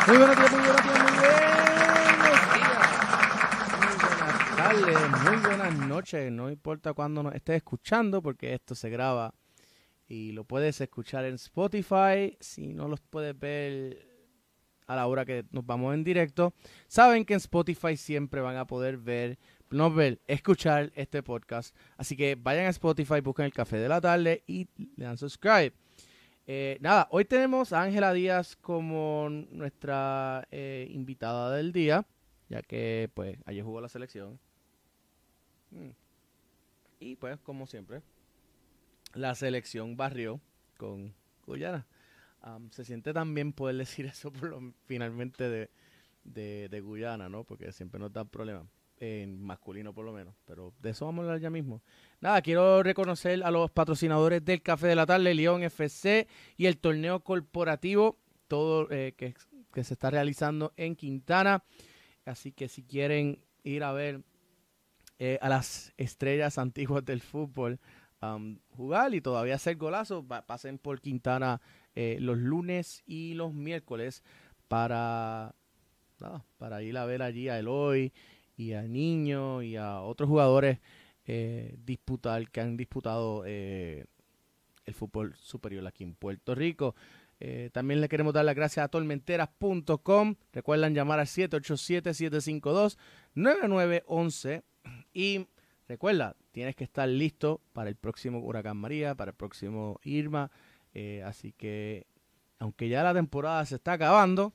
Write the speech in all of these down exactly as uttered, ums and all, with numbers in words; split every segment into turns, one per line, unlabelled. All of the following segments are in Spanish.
Muy buenos días, muy buenos días, muy buenos días. Muy buenas tardes, muy buenas noches. No importa cuándo nos estés escuchando, porque esto se graba y lo puedes escuchar en Spotify. Si no los puedes ver a la hora que nos vamos en directo, saben que en Spotify siempre van a poder ver, no ver, escuchar este podcast. Así que vayan a Spotify, busquen el Café de la Tarde y le dan subscribe. Eh, nada, hoy tenemos a Ángela Díaz como nuestra eh, invitada del día, ya que pues ayer jugó la selección. Hmm. Y pues, como siempre, la selección barrió con Guyana. Um, se siente tan bien poder decir eso por lo, finalmente de, de, de Guyana, ¿no? Porque siempre nos dan problemas, en masculino por lo menos, pero de eso vamos a hablar ya mismo. Nada, quiero reconocer a los patrocinadores del Café de la Tarde, León F C y el torneo corporativo, todo eh, que, que se está realizando en Quintana. Así que si quieren ir a ver eh, a las estrellas antiguas del fútbol um, jugar y todavía hacer golazos, pasen por Quintana eh, los lunes y los miércoles para, nada, para ir a ver allí a Eloy y a Niño y a otros jugadores eh, disputar, que han disputado eh, el fútbol superior aquí en Puerto Rico. Eh, también le queremos dar las gracias a tormenteras punto com. Recuerdan llamar al siete ocho siete, siete cinco dos, nueve nueve uno uno y recuerda, tienes que estar listo para el próximo Huracán María, para el próximo Irma. Eh, así que, aunque ya la temporada se está acabando,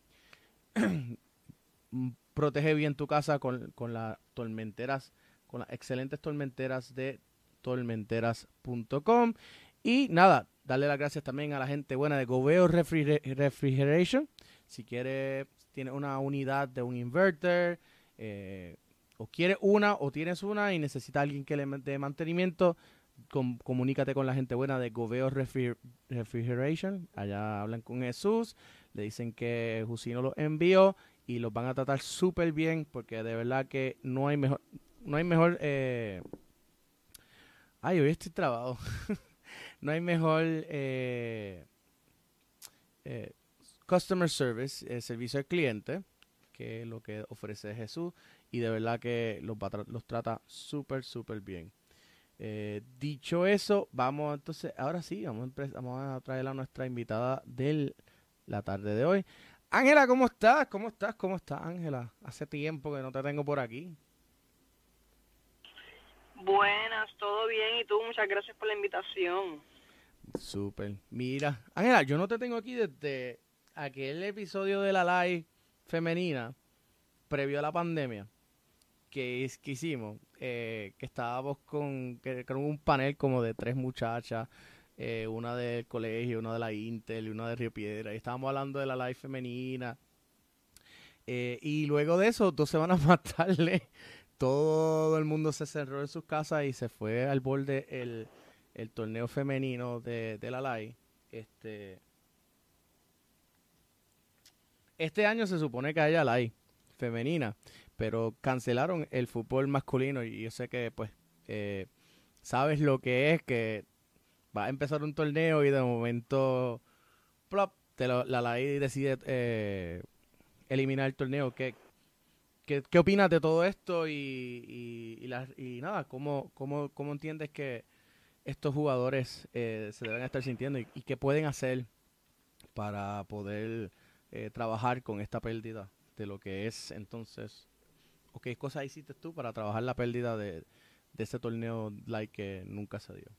protege bien tu casa con, con las tormenteras, con las excelentes tormenteras de tormenteras punto com. Y nada, darle las gracias también a la gente buena de Gobeo Refriger- Refrigeration. Si quieres, tienes una unidad de un inverter, eh, o quieres una o tienes una y necesitas alguien que le dé mantenimiento, com- comunícate con la gente buena de Gobeo Refri- Refrigeration. Allá hablan con Jesús, le dicen que Jusino los envió y los van a tratar súper bien, porque de verdad que no hay mejor, no hay mejor, eh... ay, hoy estoy trabado. No hay mejor eh, eh, customer service, eh, servicio al cliente, que lo que ofrece Jesús, y de verdad que los, va tra- los trata súper, súper bien. Eh, dicho eso, vamos entonces, ahora sí, vamos a, vamos a traer a nuestra invitada de la tarde de hoy. Ángela, ¿cómo estás? ¿Cómo estás? ¿Cómo estás, Ángela? Hace tiempo que no te tengo por aquí.
Buenas, todo bien, y tú, muchas gracias por la invitación.
Súper. Mira, Ángela, yo no te tengo aquí desde aquel episodio de la live femenina previo a la pandemia que, es, que hicimos, eh, que estábamos con, que, con un panel como de tres muchachas, eh, una del colegio, una de la Intel y una de Río Piedra, y estábamos hablando de la live femenina, eh, y luego de eso, dos semanas más tarde, todo el mundo se cerró en sus casas y se fue al borde el, el torneo femenino de, de la live. Este, este año se supone que haya live femenina, pero cancelaron el fútbol masculino y yo sé que pues eh, sabes lo que es, que va a empezar un torneo y de momento plop, te lo, la ley decide eh, eliminar el torneo. ¿Qué, qué, qué opinas de todo esto y, y, y, la, y nada, ¿cómo, cómo, cómo entiendes que estos jugadores eh, se deben estar sintiendo y, y qué pueden hacer para poder eh, trabajar con esta pérdida de lo que es entonces, o qué cosas hiciste tú para trabajar la pérdida de, de ese torneo like que nunca se dio?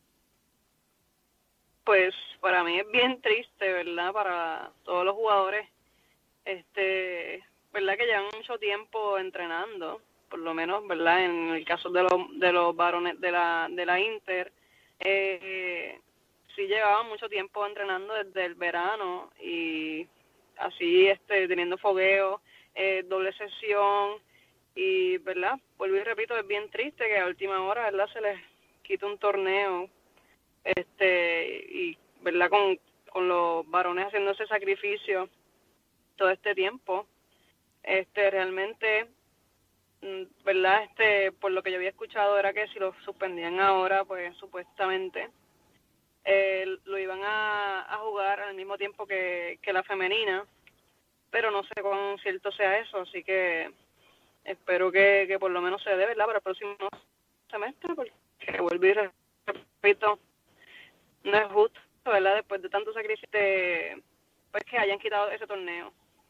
Pues para mí es bien triste, ¿verdad? Para todos los jugadores, este, ¿verdad? Que llevan mucho tiempo entrenando, por lo menos, ¿verdad? En el caso de los de los varones de la de la Inter, eh, sí llevaban mucho tiempo entrenando desde el verano y así, este, teniendo fogueo, eh, doble sesión. Y, ¿verdad? Vuelvo y repito, es bien triste que a última hora, ¿verdad? Se les quita un torneo, este, y, ¿verdad? Con, con los varones haciendo ese sacrificio todo este tiempo. Este, realmente, ¿verdad? Este, por lo que yo había escuchado era que si lo suspendían ahora, pues supuestamente eh, lo iban a, a jugar al mismo tiempo que, que la femenina, pero no sé cuán cierto sea eso, así que espero que, que por lo menos se dé, ¿verdad?, para el próximo semestre, porque vuelvo y repito, no es justo, ¿verdad?, después de tanto sacrificio, pues que hayan quitado ese torneo.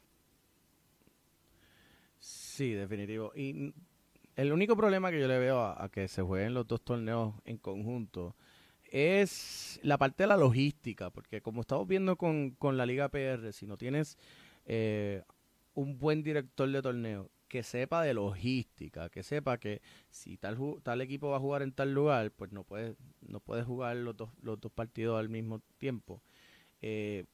Sí, definitivo. Y el único problema que yo le veo a, a que se jueguen los dos torneos en conjunto es la parte de la logística, porque como estamos viendo con, con la Liga P R, si no tienes eh, un buen director de torneo que sepa de logística, que sepa que si tal tal equipo va a jugar en tal lugar, pues no puedes no puedes jugar los dos los dos partidos al mismo tiempo. Eh,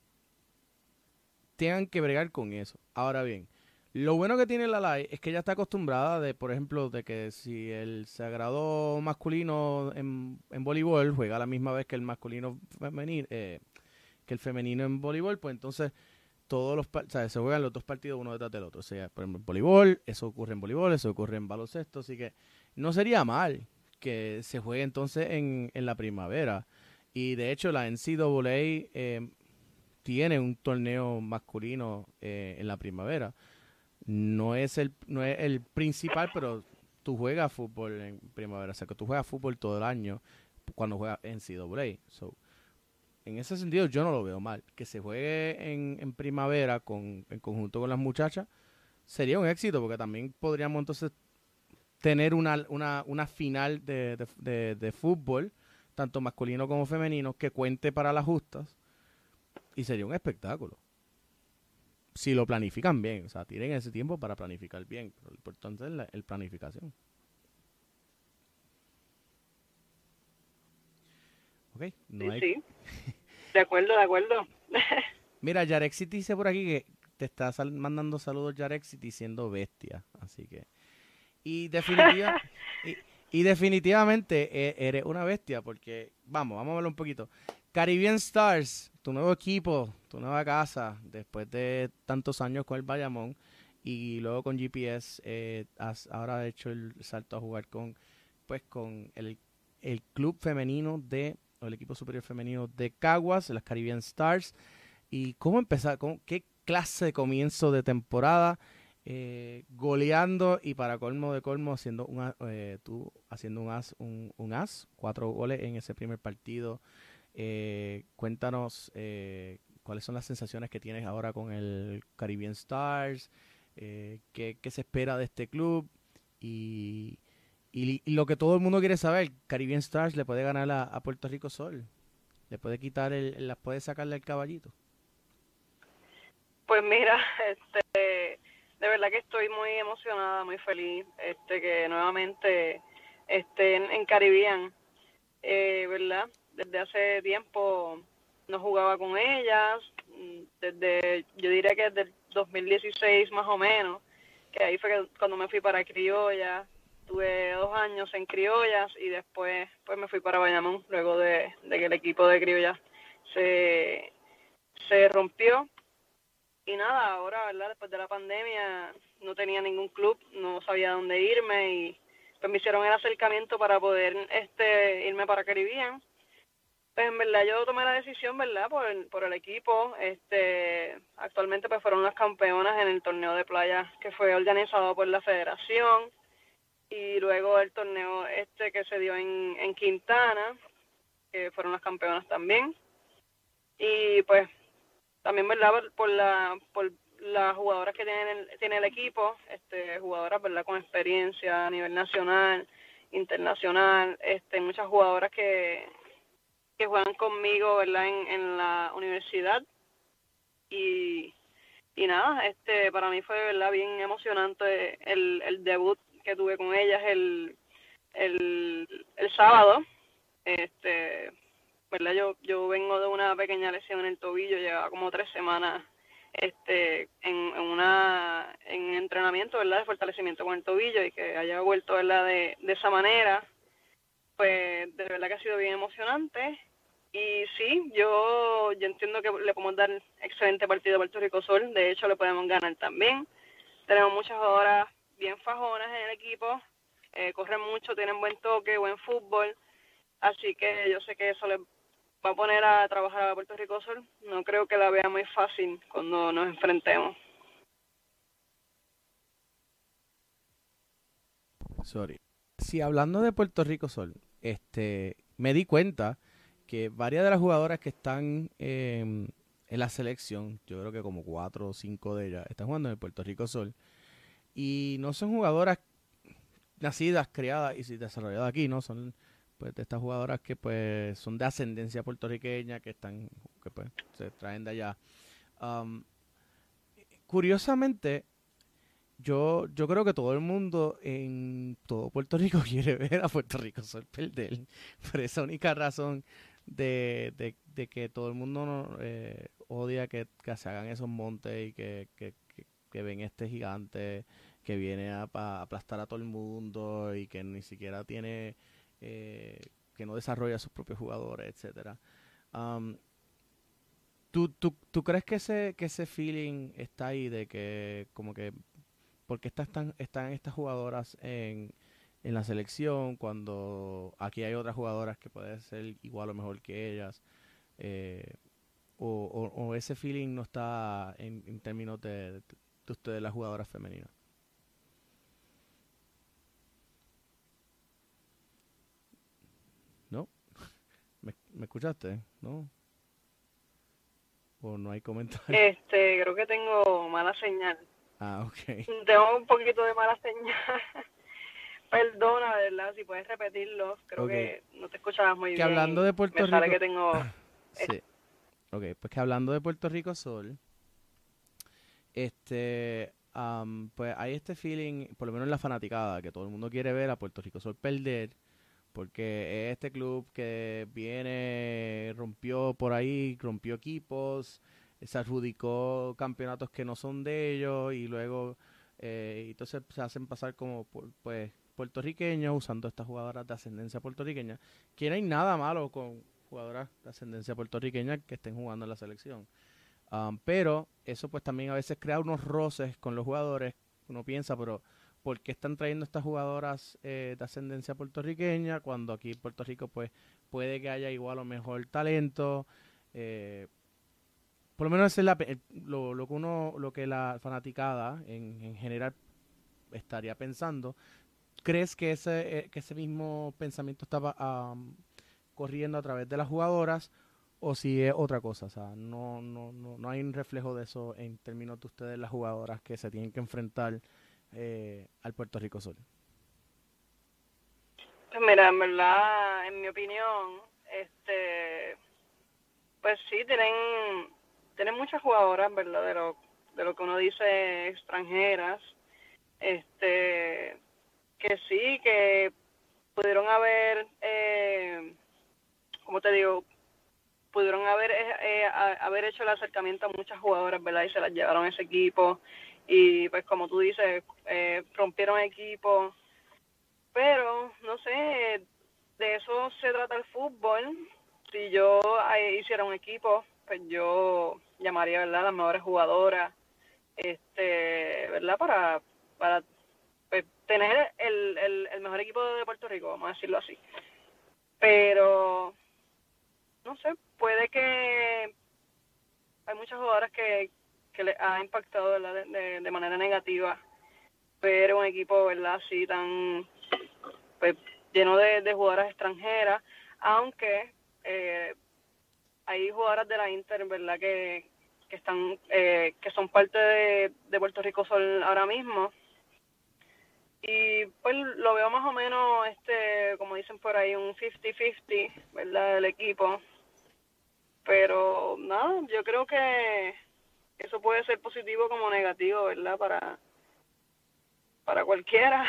tengan que bregar con eso. Ahora bien, lo bueno que tiene la Lai es que ella está acostumbrada de, por ejemplo, de que si el sagrado masculino en, en voleibol juega a la misma vez que el masculino femenino, eh, que el femenino en voleibol, pues entonces todos los, o sea, se juegan los dos partidos uno detrás del otro. O sea, por ejemplo, en voleibol, eso ocurre en voleibol, eso ocurre en baloncesto, así que no sería mal que se juegue entonces en, en la primavera. Y de hecho la N C A A eh, tiene un torneo masculino eh, en la primavera. No es el no es el principal, pero tú juegas fútbol en primavera, o sea que tú juegas fútbol todo el año cuando juegas N C A A. So, en ese sentido yo no lo veo mal. Que se juegue en, en primavera con, en conjunto con las muchachas sería un éxito, porque también podríamos entonces tener una, una, una final de, de, de, de fútbol, tanto masculino como femenino, que cuente para las justas, y sería un espectáculo. Si lo planifican bien, o sea, tienen ese tiempo para planificar bien, pero lo importante es la el planificación. Ok, no
Sí,
hay...
sí, de acuerdo, de acuerdo.
Mira, Yarexit dice por aquí que te está sal mandando saludos Yarexit diciendo bestia, así que... Y definitiva... y, y definitivamente e eres una bestia, porque, vamos, vamos a verlo un poquito. Caribbean Stars, tu nuevo equipo, tu nueva casa, después de tantos años con el Bayamón y luego con G P S, eh, has ahora hecho el salto a jugar con, pues, con el, el club femenino de, o el equipo superior femenino de Caguas, las Caribbean Stars. ¿Y cómo empezar? Cómo, ¿Qué clase de comienzo de temporada? Eh, goleando y para colmo de colmo haciendo un eh, tú haciendo un as un, un as cuatro goles en ese primer partido. Eh, cuéntanos eh, cuáles son las sensaciones que tienes ahora con el Caribbean Stars, eh, qué, qué se espera de este club y, y, y lo que todo el mundo quiere saber, Caribbean Stars le puede ganar a, a Puerto Rico Sol, le puede quitar el, las puede sacarle el caballito.
Pues mira, este, de verdad que estoy muy emocionada, muy feliz, este, que nuevamente esté en, en Caribbean, eh, ¿verdad? Desde hace tiempo no jugaba con ellas, desde, yo diría que desde el dos mil dieciséis más o menos, que ahí fue que cuando me fui para Criolla, tuve dos años en Criollas y después pues me fui para Bayamón, luego de, de que el equipo de Criollas se, se rompió. Y nada, ahora, ¿verdad? Después de la pandemia no tenía ningún club, no sabía dónde irme y pues me hicieron el acercamiento para poder este irme para Caribbean. Pues en verdad yo tomé la decisión, ¿verdad? Por el, por el equipo. Este, actualmente pues fueron las campeonas en el torneo de playa que fue organizado por la federación y luego el torneo este que se dio en, en Quintana, que fueron las campeonas también. Y pues también, ¿verdad? Por, por la por las jugadoras que tienen el, tiene el equipo, este, jugadoras, ¿verdad? Con experiencia a nivel nacional, internacional, este, muchas jugadoras que, que juegan conmigo, ¿verdad? En, en la universidad y, y nada, este, para mí fue, ¿verdad? Bien emocionante el, el debut que tuve con ellas el, el, el sábado, este, ¿verdad? Yo, yo vengo de una pequeña lesión en el tobillo, llevaba como tres semanas este en, en una en entrenamiento, ¿verdad? De fortalecimiento con el tobillo y que haya vuelto, ¿verdad? De, de esa manera, pues de verdad que ha sido bien emocionante. Y sí, yo, yo entiendo que le podemos dar excelente partido a Puerto Rico Sol, de hecho le podemos ganar también. Tenemos muchas jugadoras bien fajonas en el equipo, eh, corren mucho, tienen buen toque, buen fútbol, así que yo sé que eso les va a poner a trabajar a Puerto Rico Sol, no creo que la vea muy fácil cuando nos enfrentemos.
Sorry. Sí, hablando de Puerto Rico Sol, este, me di cuenta que varias de las jugadoras que están eh, en la selección, yo creo que como cuatro o cinco de ellas, están jugando en el Puerto Rico Sol. Y no son jugadoras nacidas, criadas y desarrolladas aquí, ¿no? Son pues de estas jugadoras que pues son de ascendencia puertorriqueña, que están, que pues se traen de allá. Um, curiosamente, yo, yo creo que todo el mundo en todo Puerto Rico quiere ver a Puerto Rico Sol perder. Por esa única razón de, de, de que todo el mundo no, eh, odia que, que se hagan esos montes y que, que, que, que ven este gigante que viene a, a aplastar a todo el mundo y que ni siquiera tiene, eh, que no desarrolla a sus propios jugadores, etcétera. Um, ¿tú, tú, ¿Tú crees que ese, que ese feeling está ahí de que como que porque estas están, están estas jugadoras en, en la selección cuando aquí hay otras jugadoras que pueden ser igual o mejor que ellas? Eh, o, o, o ese feeling no está en, en términos de, de, de ustedes, las jugadoras femeninas. ¿No? ¿Me, me escuchaste? ¿No? ¿O no hay comentario?
Este, creo que tengo mala señal.
Ah, ok.
Tengo un poquito de mala señal. Perdona, ¿verdad? Si puedes repetirlo, creo
Ok.
que no te escuchabas muy
Que
bien
hablando
y
de Puerto
me sale
Rico...
que tengo...
sí. Ok, pues que hablando de Puerto Rico Sol, este, um, pues hay este feeling, por lo menos en la fanaticada, que todo el mundo quiere ver a Puerto Rico Sol perder, porque es este club que viene, rompió por ahí, rompió equipos, se adjudicó campeonatos que no son de ellos y luego, eh, entonces se hacen pasar como, pues, puertorriqueños usando estas jugadoras de ascendencia puertorriqueña, que no hay nada malo con jugadoras de ascendencia puertorriqueña que estén jugando en la selección. Um, pero eso pues también a veces crea unos roces con los jugadores. Uno piensa, pero ¿por qué están trayendo estas jugadoras eh, de ascendencia puertorriqueña cuando aquí en Puerto Rico pues puede que haya igual o mejor talento? Eh, por lo menos es la, lo, lo que uno, lo que la fanaticada en, en general estaría pensando. ¿Crees que ese, eh, que ese mismo pensamiento estaba um, corriendo a través de las jugadoras o si es otra cosa? O sea, no, no, no, no hay un reflejo de eso en términos de ustedes, las jugadoras que se tienen que enfrentar eh, al Puerto Rico Sol.
Pues mira, en verdad, en mi opinión, este, pues sí, tienen, tienen muchas jugadoras, ¿verdad? De lo, de lo que uno dice extranjeras, este, que sí, que pudieron haber, eh, como te digo, pudieron haber eh, eh, haber hecho el acercamiento a muchas jugadoras, ¿verdad? Y se las llevaron a ese equipo. Y pues como tú dices, eh, rompieron equipo. Pero, no sé, de eso se trata el fútbol. Si yo eh, hiciera un equipo, pues yo llamaría, ¿verdad?, a las mejores jugadoras, este, ¿verdad?, para, para pues, tener el, el, el mejor equipo de Puerto Rico, vamos a decirlo así. Pero, no sé, puede que hay muchas jugadoras que, que les ha impactado, ¿verdad?, de, de, de manera negativa ver un equipo, ¿verdad?, así tan, pues, lleno de, de jugadoras extranjeras, aunque eh, hay jugadoras de la Inter, ¿verdad?, que, que están eh, que son parte de, de Puerto Rico Sol ahora mismo. Y pues lo veo más o menos, este, como dicen por ahí, un cincuenta cincuenta, ¿verdad?, del equipo. Pero nada, yo creo que eso puede ser positivo como negativo, ¿verdad?, para, para cualquiera.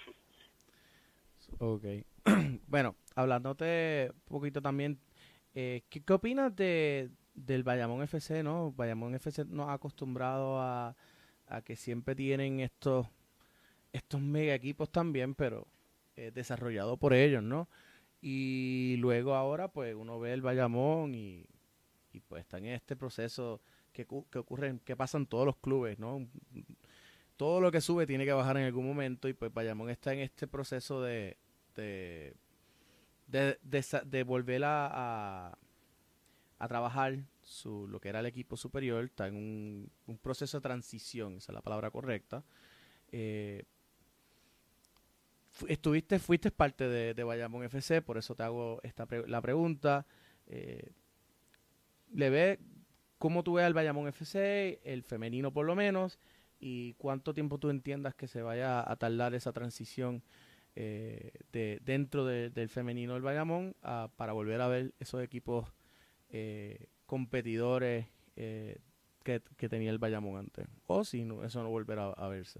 Ok. Bueno, hablándote un poquito también, eh, ¿qué, qué opinas de, del Bayamón F C, no? Bayamón F C nos ha acostumbrado a, a que siempre tienen estos, estos mega equipos también, pero eh, desarrollados por ellos, ¿no? Y luego ahora, pues, uno ve el Bayamón y, y pues está en este proceso que, que ocurre, que pasan todos los clubes, ¿no? Todo lo que sube tiene que bajar en algún momento y pues Bayamón está en este proceso de, de, de, de, de volver a, a, a trabajar su, lo que era el equipo superior, está en un, un proceso de transición, esa es la palabra correcta. Eh, fu- estuviste, fuiste parte de, de Bayamón F C, por eso te hago esta pre- la pregunta. Eh, ¿Le ves cómo tú ves al Bayamón F C, el femenino por lo menos, y cuánto tiempo tú entiendas que se vaya a tardar esa transición eh, de dentro de- del femenino del Bayamón a- para volver a ver esos equipos eh, competidores eh, que, que tenía el Bayamón antes? O si no, eso no volverá a verse.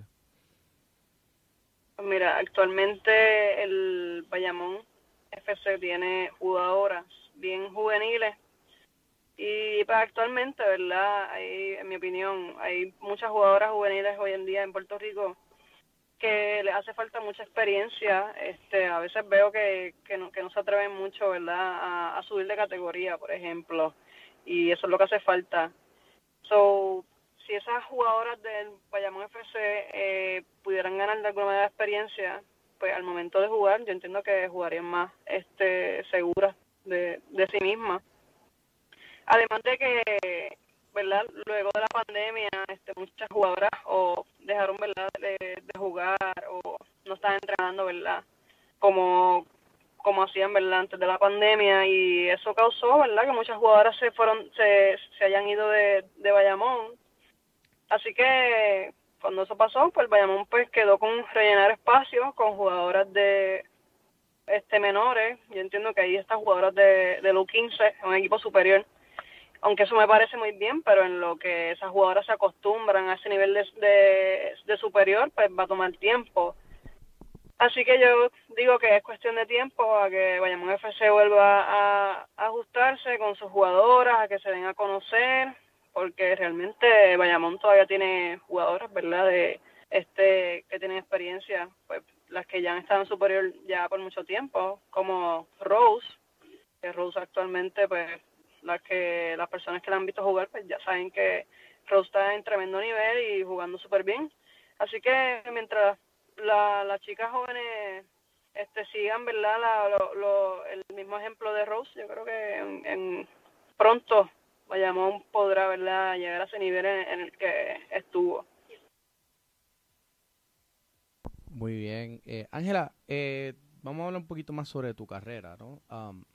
Pues mira, actualmente el Bayamón F C tiene jugadoras bien juveniles y pues actualmente, ¿verdad? Hay, en mi opinión, hay muchas jugadoras juveniles hoy en día en Puerto Rico que le hace falta mucha experiencia. Este, a veces veo que, que, no, que no se atreven mucho, ¿verdad? A, a subir de categoría, por ejemplo, y eso es lo que hace falta. So, si esas jugadoras del Bayamón F C eh, pudieran ganar de alguna manera experiencia, pues al momento de jugar, yo entiendo que jugarían más este, seguras de, de sí mismas. Además de que, ¿verdad? Luego de la pandemia, este, muchas jugadoras o dejaron, ¿verdad? De, de jugar o no estaban entrenando, ¿verdad? Como como hacían, ¿verdad? Antes de la pandemia, y eso causó, ¿verdad? Que muchas jugadoras se fueron, se, se hayan ido de, de Bayamón. Así que cuando eso pasó, pues el Bayamón pues quedó con rellenar espacios con jugadoras de este menores. Yo entiendo que ahí estas jugadoras de, de U quince, un equipo superior, aunque eso me parece muy bien, pero en lo que esas jugadoras se acostumbran a ese nivel de, de, de superior, pues va a tomar tiempo. Así que yo digo que es cuestión de tiempo a que Bayamón F C vuelva a, a ajustarse con sus jugadoras, a que se den a conocer, porque realmente Bayamón todavía tiene jugadoras, ¿verdad? De este que tienen experiencia, pues las que ya han estado en superior ya por mucho tiempo, como Rose, que Rose actualmente, pues las que las personas que la han visto jugar, pues ya saben que Rose está en tremendo nivel y jugando súper bien. Así que mientras la, las chicas jóvenes este sigan, ¿verdad? La, lo, lo, el mismo ejemplo de Rose, yo creo que en, en pronto Bayamón podrá, ¿verdad?, llegar a ese nivel en, en el que estuvo.
Muy bien. Eh, Ángela, eh, vamos a hablar un poquito más sobre tu carrera, ¿no? Um,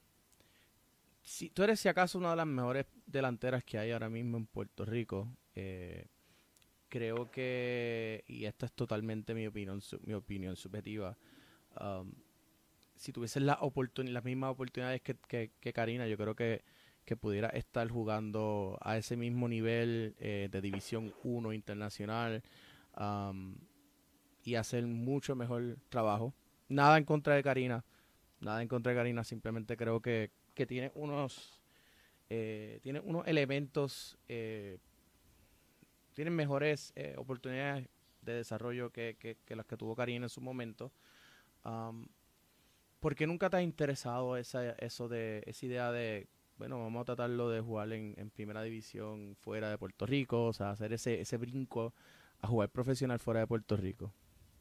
si tú eres si acaso una de las mejores delanteras que hay ahora mismo en Puerto Rico, eh, creo que, y esta es totalmente mi opinión, su- mi opinión subjetiva, um, si tuvieses la oportun- las mismas oportunidades que, que, que Karina, yo creo que, que pudiera estar jugando a ese mismo nivel eh, de División uno internacional um, y hacer mucho mejor trabajo. Nada en contra de Karina, nada en contra de Karina, simplemente creo que, que tiene unos, eh, tiene unos elementos, eh, tienen mejores eh, oportunidades de desarrollo que, que, que las que tuvo Karina en su momento. Um, ¿Por qué nunca te ha interesado esa, eso de, esa idea de, bueno, vamos a tratarlo de jugar en, en primera división fuera de Puerto Rico, o sea, hacer ese, ese brinco a jugar profesional fuera de Puerto Rico?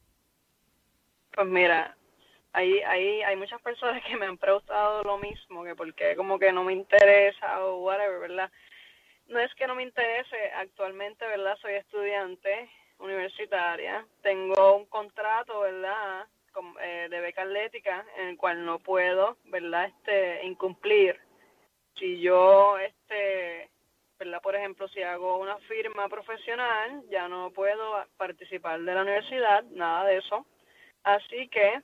Pues mira, hay, hay, hay muchas personas que me han preguntado lo mismo, que porque como que no me interesa o whatever, ¿verdad? No es que no me interese, actualmente, ¿verdad? Soy estudiante universitaria, tengo un contrato, ¿verdad? Con, eh, de beca atlética, en el cual no puedo, ¿verdad? Este, incumplir. Si yo, este, ¿verdad? Por ejemplo, si hago una firma profesional, ya no puedo participar de la universidad, nada de eso. Así que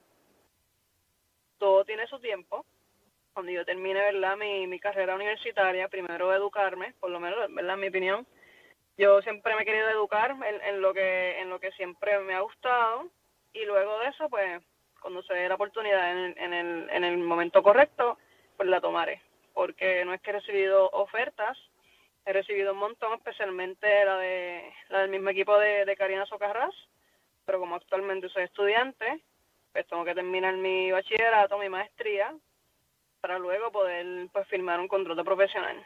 todo tiene su tiempo. Cuando yo termine, ¿verdad? Mi, mi carrera universitaria, primero educarme, por lo menos, ¿verdad? En mi opinión. Yo siempre me he querido educar en, en lo que en lo que siempre me ha gustado, y luego de eso, pues, cuando se dé la oportunidad en el, en el, en el momento correcto, pues la tomaré. Porque no es que he recibido ofertas, he recibido un montón, especialmente la de la del mismo equipo de, de Karina Socarrás, pero como actualmente soy estudiante, pues tengo que terminar mi bachillerato, mi maestría, para luego poder, pues, firmar un contrato profesional.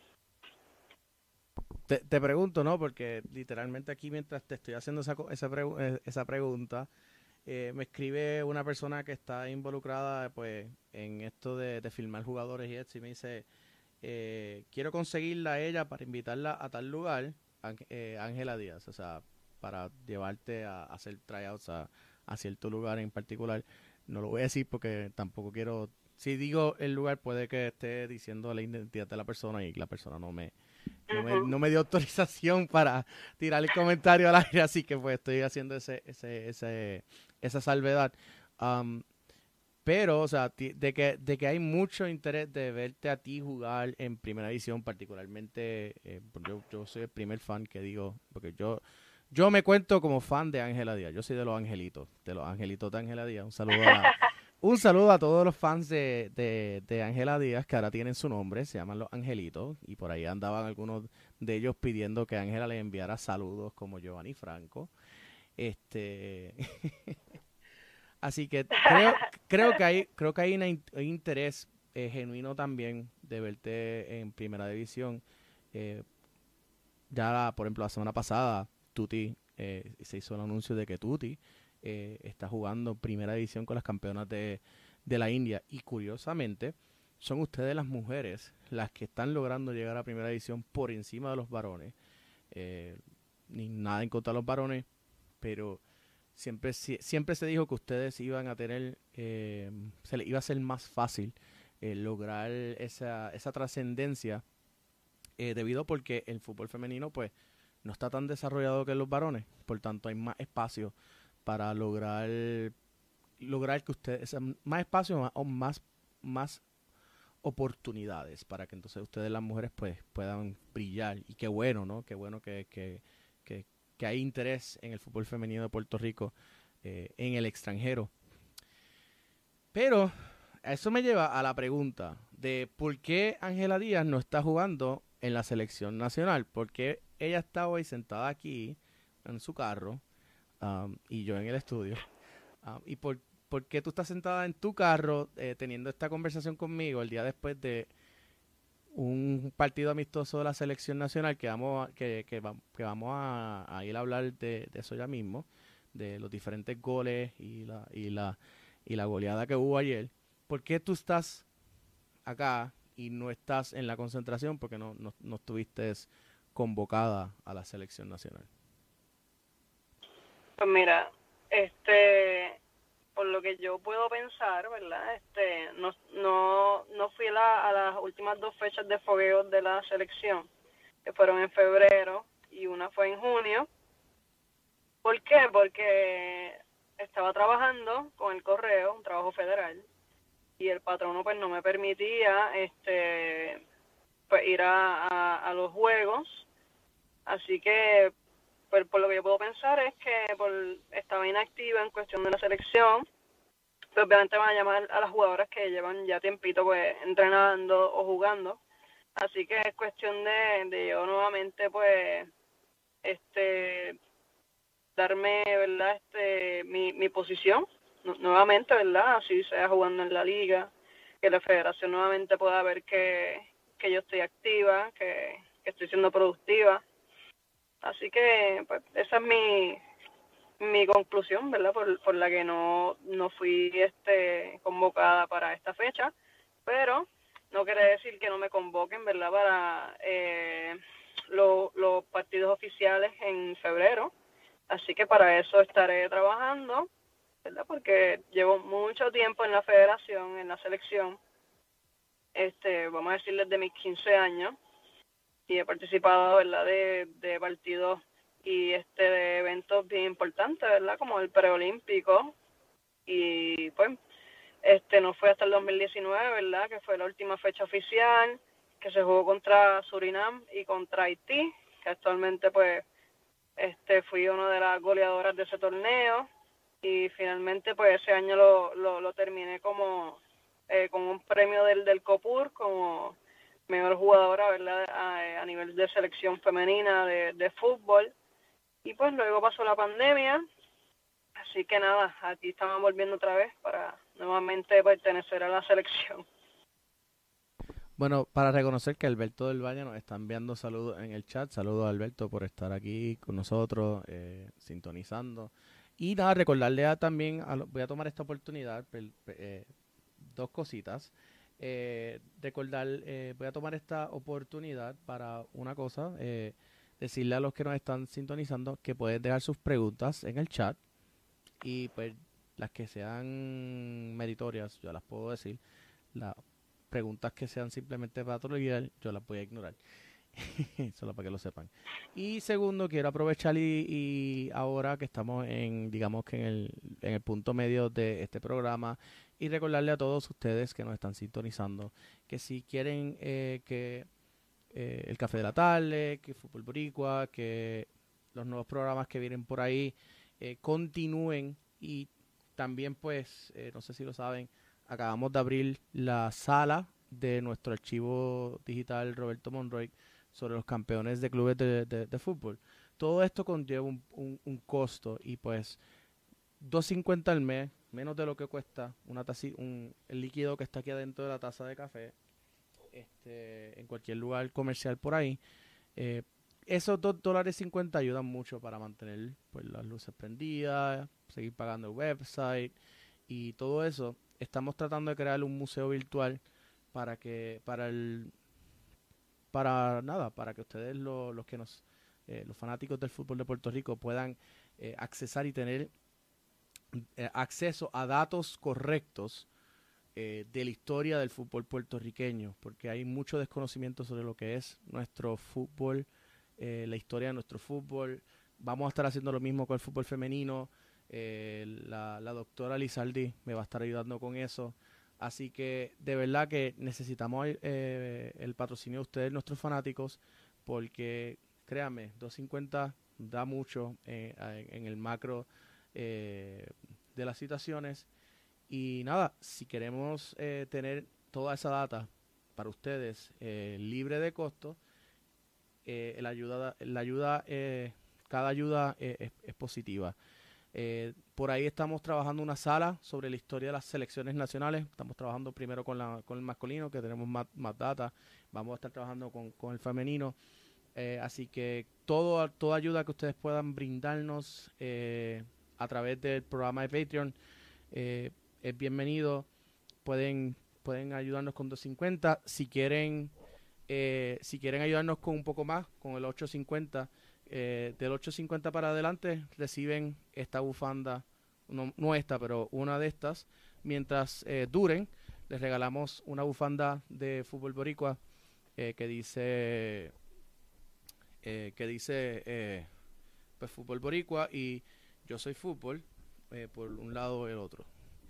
Te, te pregunto, ¿no? Porque literalmente aquí mientras te estoy haciendo esa, co- esa, pregu- eh, esa pregunta, eh, me escribe una persona que está involucrada pues en esto de, de filmar jugadores y eso, y me dice, eh, quiero conseguirla a ella para invitarla a tal lugar, Ángela eh, Ángela Díaz, o sea, para llevarte a, a hacer tryouts a, a cierto lugar en particular. No lo voy a decir porque tampoco quiero, si digo el lugar puede que esté diciendo la identidad de la persona y la persona no me, no me,
Ujú.
no me dio autorización para tirar el comentario al aire, así que pues estoy haciendo ese, ese, ese, esa salvedad. Um, pero, o sea, ti- de que, de que hay mucho interés de verte a ti jugar en primera división, particularmente, eh, pues yo, yo soy el primer fan que digo, porque yo, yo me cuento como fan de Ángela Díaz, yo soy de los angelitos, de los angelitos de Ángela Díaz. Un saludo a, un saludo a todos los fans de, de, de Ángela Díaz, que ahora tienen su nombre, se llaman los angelitos, y por ahí andaban algunos de ellos pidiendo que Ángela les enviara saludos como Giovanni Franco. Este, Así que creo, creo que hay, creo que hay una in- un interés eh, genuino también de verte en primera división. Eh, ya, la- por ejemplo, la semana pasada, Tuti, eh, se hizo el anuncio de que Tuti eh, está jugando primera división con las campeonas de, de la India. Y curiosamente, son ustedes las mujeres las que están logrando llegar a primera división por encima de los varones. Eh, Ni nada en contra de los varones, pero siempre, sie- siempre se dijo que ustedes iban a tener, eh, se les iba a ser más fácil eh, lograr esa, esa trascendencia eh, debido porque el fútbol femenino pues no está tan desarrollado que los varones, por tanto hay más espacio para lograr lograr que ustedes, más espacio más, o más, más oportunidades para que entonces ustedes las mujeres pues puedan brillar y qué bueno, ¿no? Qué bueno que, que, que, que hay interés en el fútbol femenino de Puerto Rico eh, en el extranjero. Pero eso me lleva a la pregunta de por qué Ángela Díaz no está jugando en la selección nacional. ¿Por qué ella está hoy sentada aquí en su carro um, y yo en el estudio? Um, ¿Y por, por qué tú estás sentada en tu carro eh, teniendo esta conversación conmigo el día después de un partido amistoso de la selección nacional que vamos a, que, que, va- que vamos a, a ir a hablar de, de eso ya mismo, de los diferentes goles y la, y la y la goleada que hubo ayer? ¿Por qué tú estás acá y no estás en la concentración? Porque no, no, no estuviste convocada a la selección nacional.
Pues mira, este, por lo que yo puedo pensar, ¿verdad? Este, no, no, no fui a, la- a las últimas dos fechas de fogueo de la selección, que fueron en febrero y una fue en junio. ¿Por qué? Porque estaba trabajando con el correo, un trabajo federal, y el patrono pues no me permitía este pues ir a, a, a los juegos, así que pues, por lo que yo puedo pensar es que por, estaba inactiva en cuestión de la selección, pues obviamente van a llamar a las jugadoras que llevan ya tiempito pues entrenando o jugando, así que es cuestión de, de yo nuevamente pues este darme, ¿verdad? Este, mi, mi posición, nuevamente, ¿verdad? Así sea jugando en la liga, que la federación nuevamente pueda ver que, que yo estoy activa, que, que estoy siendo productiva. Así que, pues, esa es mi, mi conclusión, ¿verdad? Por, por la que no, no fui este, convocada para esta fecha, pero no quiere decir que no me convoquen, ¿verdad? Para eh, lo, los partidos oficiales en febrero. Así que para eso estaré trabajando, ¿verdad? Porque llevo mucho tiempo en la federación, en la selección, este, vamos a decir desde mis quince años, y he participado, ¿verdad? De, de partidos y este de eventos bien importantes, ¿verdad? Como el preolímpico, y pues este no fue hasta el dos mil diecinueve, ¿verdad? Que fue la última fecha oficial, que se jugó contra Surinam y contra Haití, que actualmente pues este fui una de las goleadoras de ese torneo, y finalmente pues ese año lo, lo, lo terminé como eh, con un premio del, del COPUR como mejor jugadora, ¿verdad? A, a nivel de selección femenina de, de fútbol. Y pues luego pasó la pandemia, así que nada, aquí estamos volviendo otra vez para nuevamente pertenecer a la selección.
Bueno, para reconocer que Alberto del Valle nos está enviando saludos en el chat. Saludos a Alberto por estar aquí con nosotros, eh, sintonizando. Y nada, recordarle a, también, a lo- voy a tomar esta oportunidad, per- per- eh, dos cositas. Eh, recordar, eh, voy a tomar esta oportunidad para una cosa, eh, decirle a los que nos están sintonizando que pueden dejar sus preguntas en el chat y pues las que sean meritorias, yo las puedo decir. Las preguntas que sean simplemente para trolear, yo las voy a ignorar. Solo para que lo sepan. Y segundo, quiero aprovechar y, y ahora que estamos en, digamos que en el, en el punto medio de este programa, y recordarle a todos ustedes que nos están sintonizando que si quieren eh, que eh, el Café de la Tarde, que Fútbol Boricua, que los nuevos programas que vienen por ahí eh, continúen, y también pues, eh, no sé si lo saben, acabamos de abrir la sala de nuestro archivo digital Roberto Monroy sobre los campeones de clubes de, de, de fútbol. Todo esto conlleva un, un, un costo y pues dos cincuenta al mes, menos de lo que cuesta una taza, un, el líquido que está aquí adentro de la taza de café, este, en cualquier lugar comercial por ahí. Eh, esos dos dólares cincuenta ayudan mucho para mantener pues, las luces prendidas, seguir pagando el website y todo eso. Estamos tratando de crear un museo virtual para que para el para nada, para que ustedes lo, los que nos eh, los fanáticos del fútbol de Puerto Rico puedan eh, accesar y tener eh, acceso a datos correctos eh, de la historia del fútbol puertorriqueño, porque hay mucho desconocimiento sobre lo que es nuestro fútbol, eh, la historia de nuestro fútbol. Vamos a estar haciendo lo mismo con el fútbol femenino. Eh, la, la doctora Lizaldi me va a estar ayudando con eso. Así que de verdad que necesitamos eh, el patrocinio de ustedes, nuestros fanáticos, porque créanme, dos cincuenta da mucho eh, en el macro eh, de las situaciones. Y nada, si queremos eh, tener toda esa data para ustedes eh, libre de costo, eh, la ayuda, la ayuda eh, cada ayuda eh, es, es positiva. Eh, por ahí estamos trabajando una sala sobre la historia de las selecciones nacionales. Estamos trabajando primero con, la, con el masculino, que tenemos más, más data. Vamos a estar trabajando con, con el femenino. Eh, así que todo, toda ayuda que ustedes puedan brindarnos eh, a través del programa de Patreon eh, es bienvenido. Pueden, pueden ayudarnos con dos cincuenta. Si quieren, eh, si quieren ayudarnos con un poco más, con el ocho cincuenta. Eh, del ocho cincuenta para adelante reciben esta bufanda, no, no esta, pero una de estas. Mientras eh, duren, les regalamos una bufanda de fútbol boricua eh, que dice eh, que dice eh, pues fútbol boricua y yo soy fútbol eh, por un lado o el otro.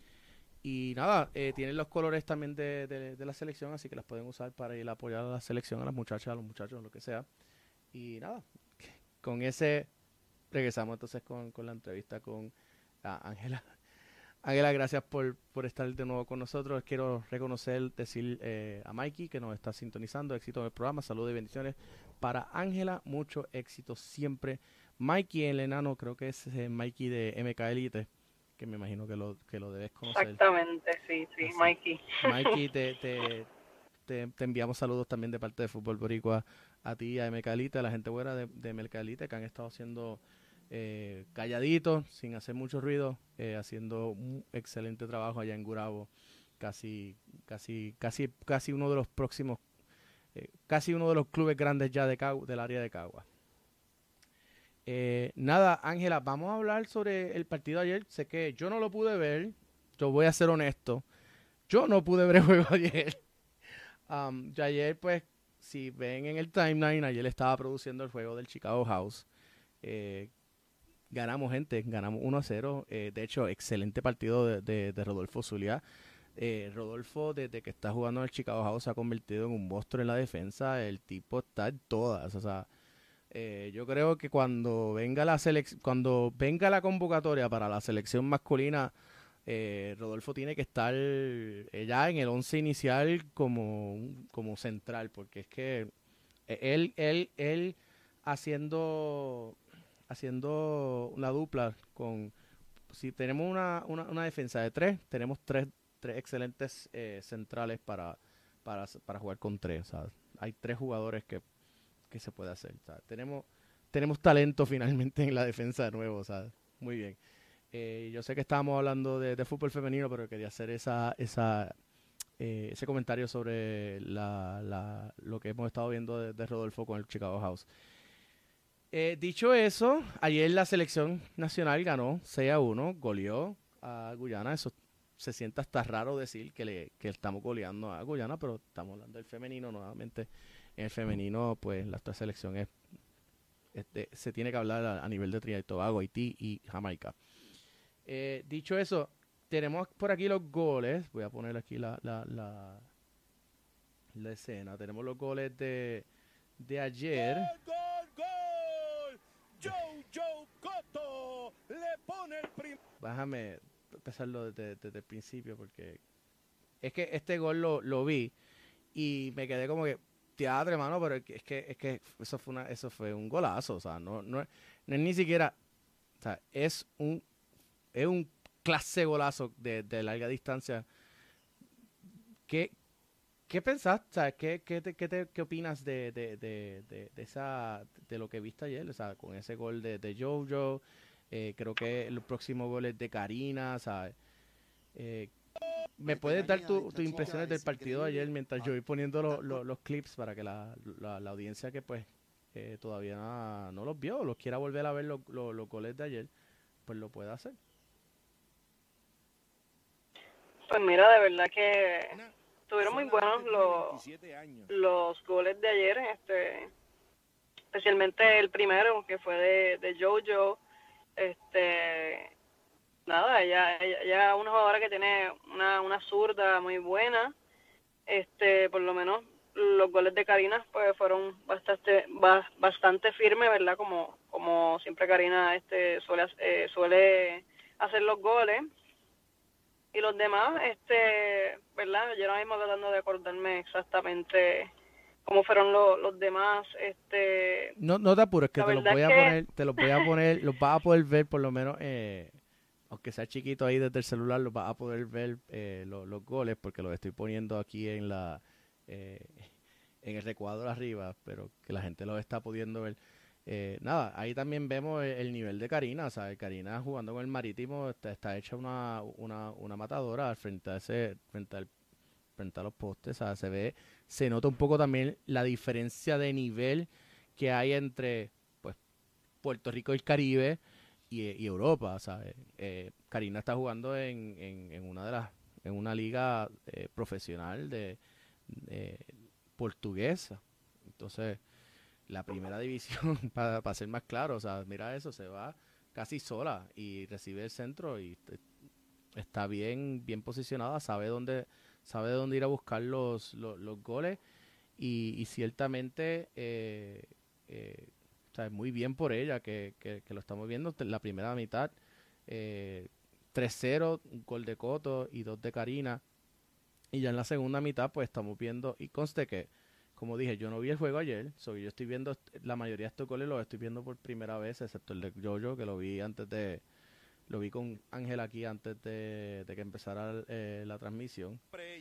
Y nada, eh, tienen los colores también de, de, de la selección, así que las pueden usar para ir a apoyar a la selección, a las muchachas, a los muchachos, lo que sea. Y nada, con ese regresamos entonces con, con la entrevista con Ángela. Ángela, gracias por, por estar de nuevo con nosotros. Quiero reconocer, decir eh, a Mikey que nos está sintonizando. Éxito en el programa, salud y bendiciones para Ángela. Mucho éxito siempre. Mikey, el enano, creo que es eh, Mikey de M K Elite, que me imagino que lo, que lo debes conocer.
Exactamente, sí, sí, Así. Mikey.
Mikey, te, te, te, te enviamos saludos también de parte de Fútbol Boricua a ti, a M K Elite, a la gente buena de, de M K Elite que han estado haciendo eh, calladitos, sin hacer mucho ruido, eh, haciendo un excelente trabajo allá en Gurabo, casi, casi, casi, casi uno de los próximos, eh, casi uno de los clubes grandes ya de Cagua, del área de Cagua. Eh, nada, Ángela, vamos a hablar sobre el partido de ayer. Sé que yo no lo pude ver, yo voy a ser honesto, yo no pude ver el juego ayer. Um, yo ayer, pues, si ven en el timeline, ayer estaba produciendo el juego del Chicago House. Eh, ganamos, gente, ganamos uno a cero. Eh, de hecho, excelente partido de, de, de Rodolfo Zulia. Eh, Rodolfo, desde que está jugando en el Chicago House, se ha convertido en un monstruo en la defensa. El tipo está en todas. O sea, eh, yo creo que cuando venga la selec- cuando venga la convocatoria para la selección masculina, Eh, Rodolfo tiene que estar eh, ya en el once inicial como, como central, porque es que él, él, él haciendo haciendo una dupla con, si tenemos una, una, una defensa de tres, tenemos tres, tres excelentes eh, centrales para, para, para jugar con tres. O sea, hay tres jugadores que, que se puede hacer. O sea, tenemos, tenemos talento finalmente en la defensa de nuevo. O sea, muy bien. Eh, yo sé que estábamos hablando de, de fútbol femenino, pero quería hacer esa esa eh, ese comentario sobre la, la, lo que hemos estado viendo de, de Rodolfo con el Chicago House. Eh, dicho eso, ayer la selección nacional ganó seis a uno, goleó a Guyana. Eso se siente hasta raro decir que, le, que estamos goleando a Guyana, pero estamos hablando del femenino nuevamente. En el femenino, pues la otra selección es, es de, se tiene que hablar a, a nivel de Trinidad y Tobago, Haití y Jamaica. Eh, dicho eso, tenemos por aquí los goles. Voy a poner aquí la, la, la, la escena. Tenemos los goles de, de ayer.
¡Gol, gol, gol! Joe, Joe Cotto le pone el primer.
Déjame empezarlo desde, desde el principio porque es que este gol lo, lo vi y me quedé como que teatro, hermano, pero es que, es que, es que eso fue una, eso fue un golazo, o sea, no, no, no es ni siquiera, o sea, es un, es un clase golazo de, de larga distancia. ¿Qué, qué pensaste? O sea, ¿qué, qué, te, qué, te, qué opinas de, de, de, de, de esa, de lo que viste ayer? O sea, con ese gol de, de Jojo, eh, creo que el próximo gol es de Karina, ¿sabes? Eh, ¿Me puedes dar tus tu impresiones del partido de ayer mientras yo voy poniendo lo, lo, los clips para que la, la, la audiencia que pues eh, todavía no los vio o los quiera volver a ver los, los, los goles de ayer, pues lo pueda hacer?
Pues mira, de verdad que estuvieron muy buenos los, los goles de ayer, este, especialmente el primero que fue de, de Jojo. Este, nada, ella, ella, ella es una jugadora que tiene una, una zurda muy buena. Este, por lo menos los goles de Karina pues fueron bastante ba, bastante firmes, ¿verdad? Como como siempre Karina este suele eh, suele hacer los goles. Y los demás, este, ¿verdad? Yo ahora mismo tratando de acordarme exactamente cómo fueron los, los demás, este...
No, no te apures, que te los voy a
que...
poner, te los voy a poner, los vas a poder ver por lo menos, eh, aunque sea chiquito ahí desde el celular, los vas a poder ver eh, los, los goles, porque los estoy poniendo aquí en la, eh, en el recuadro arriba, pero que la gente los está pudiendo ver. Eh, nada, ahí también vemos el, el nivel de Karina, o sea, Karina jugando con el Marítimo está, está hecha una, una, una matadora frente a ese, frente al, frente a los postes, o sea, se ve, se nota un poco también la diferencia de nivel que hay entre pues Puerto Rico y el Caribe y, y Europa, o sea, eh, Karina está jugando en, en, en una de las, en una liga eh, profesional de, de portuguesa, entonces la primera división, para pa ser más claro, o sea, mira eso, se va casi sola y recibe el centro y está bien bien posicionada, sabe dónde sabe dónde ir a buscar los, los, los goles y, y ciertamente eh, eh, o sea, muy bien por ella que, que, que lo estamos viendo. La primera mitad eh, tres cero, un gol de Cotto y dos de Karina, y ya en la segunda mitad pues estamos viendo, y conste que como dije, yo no vi el juego ayer, so yo estoy viendo la mayoría de estos goles los estoy viendo por primera vez, excepto el de Jojo, que lo vi antes de, lo vi con Ángel aquí antes de, de que empezara eh, la transmisión.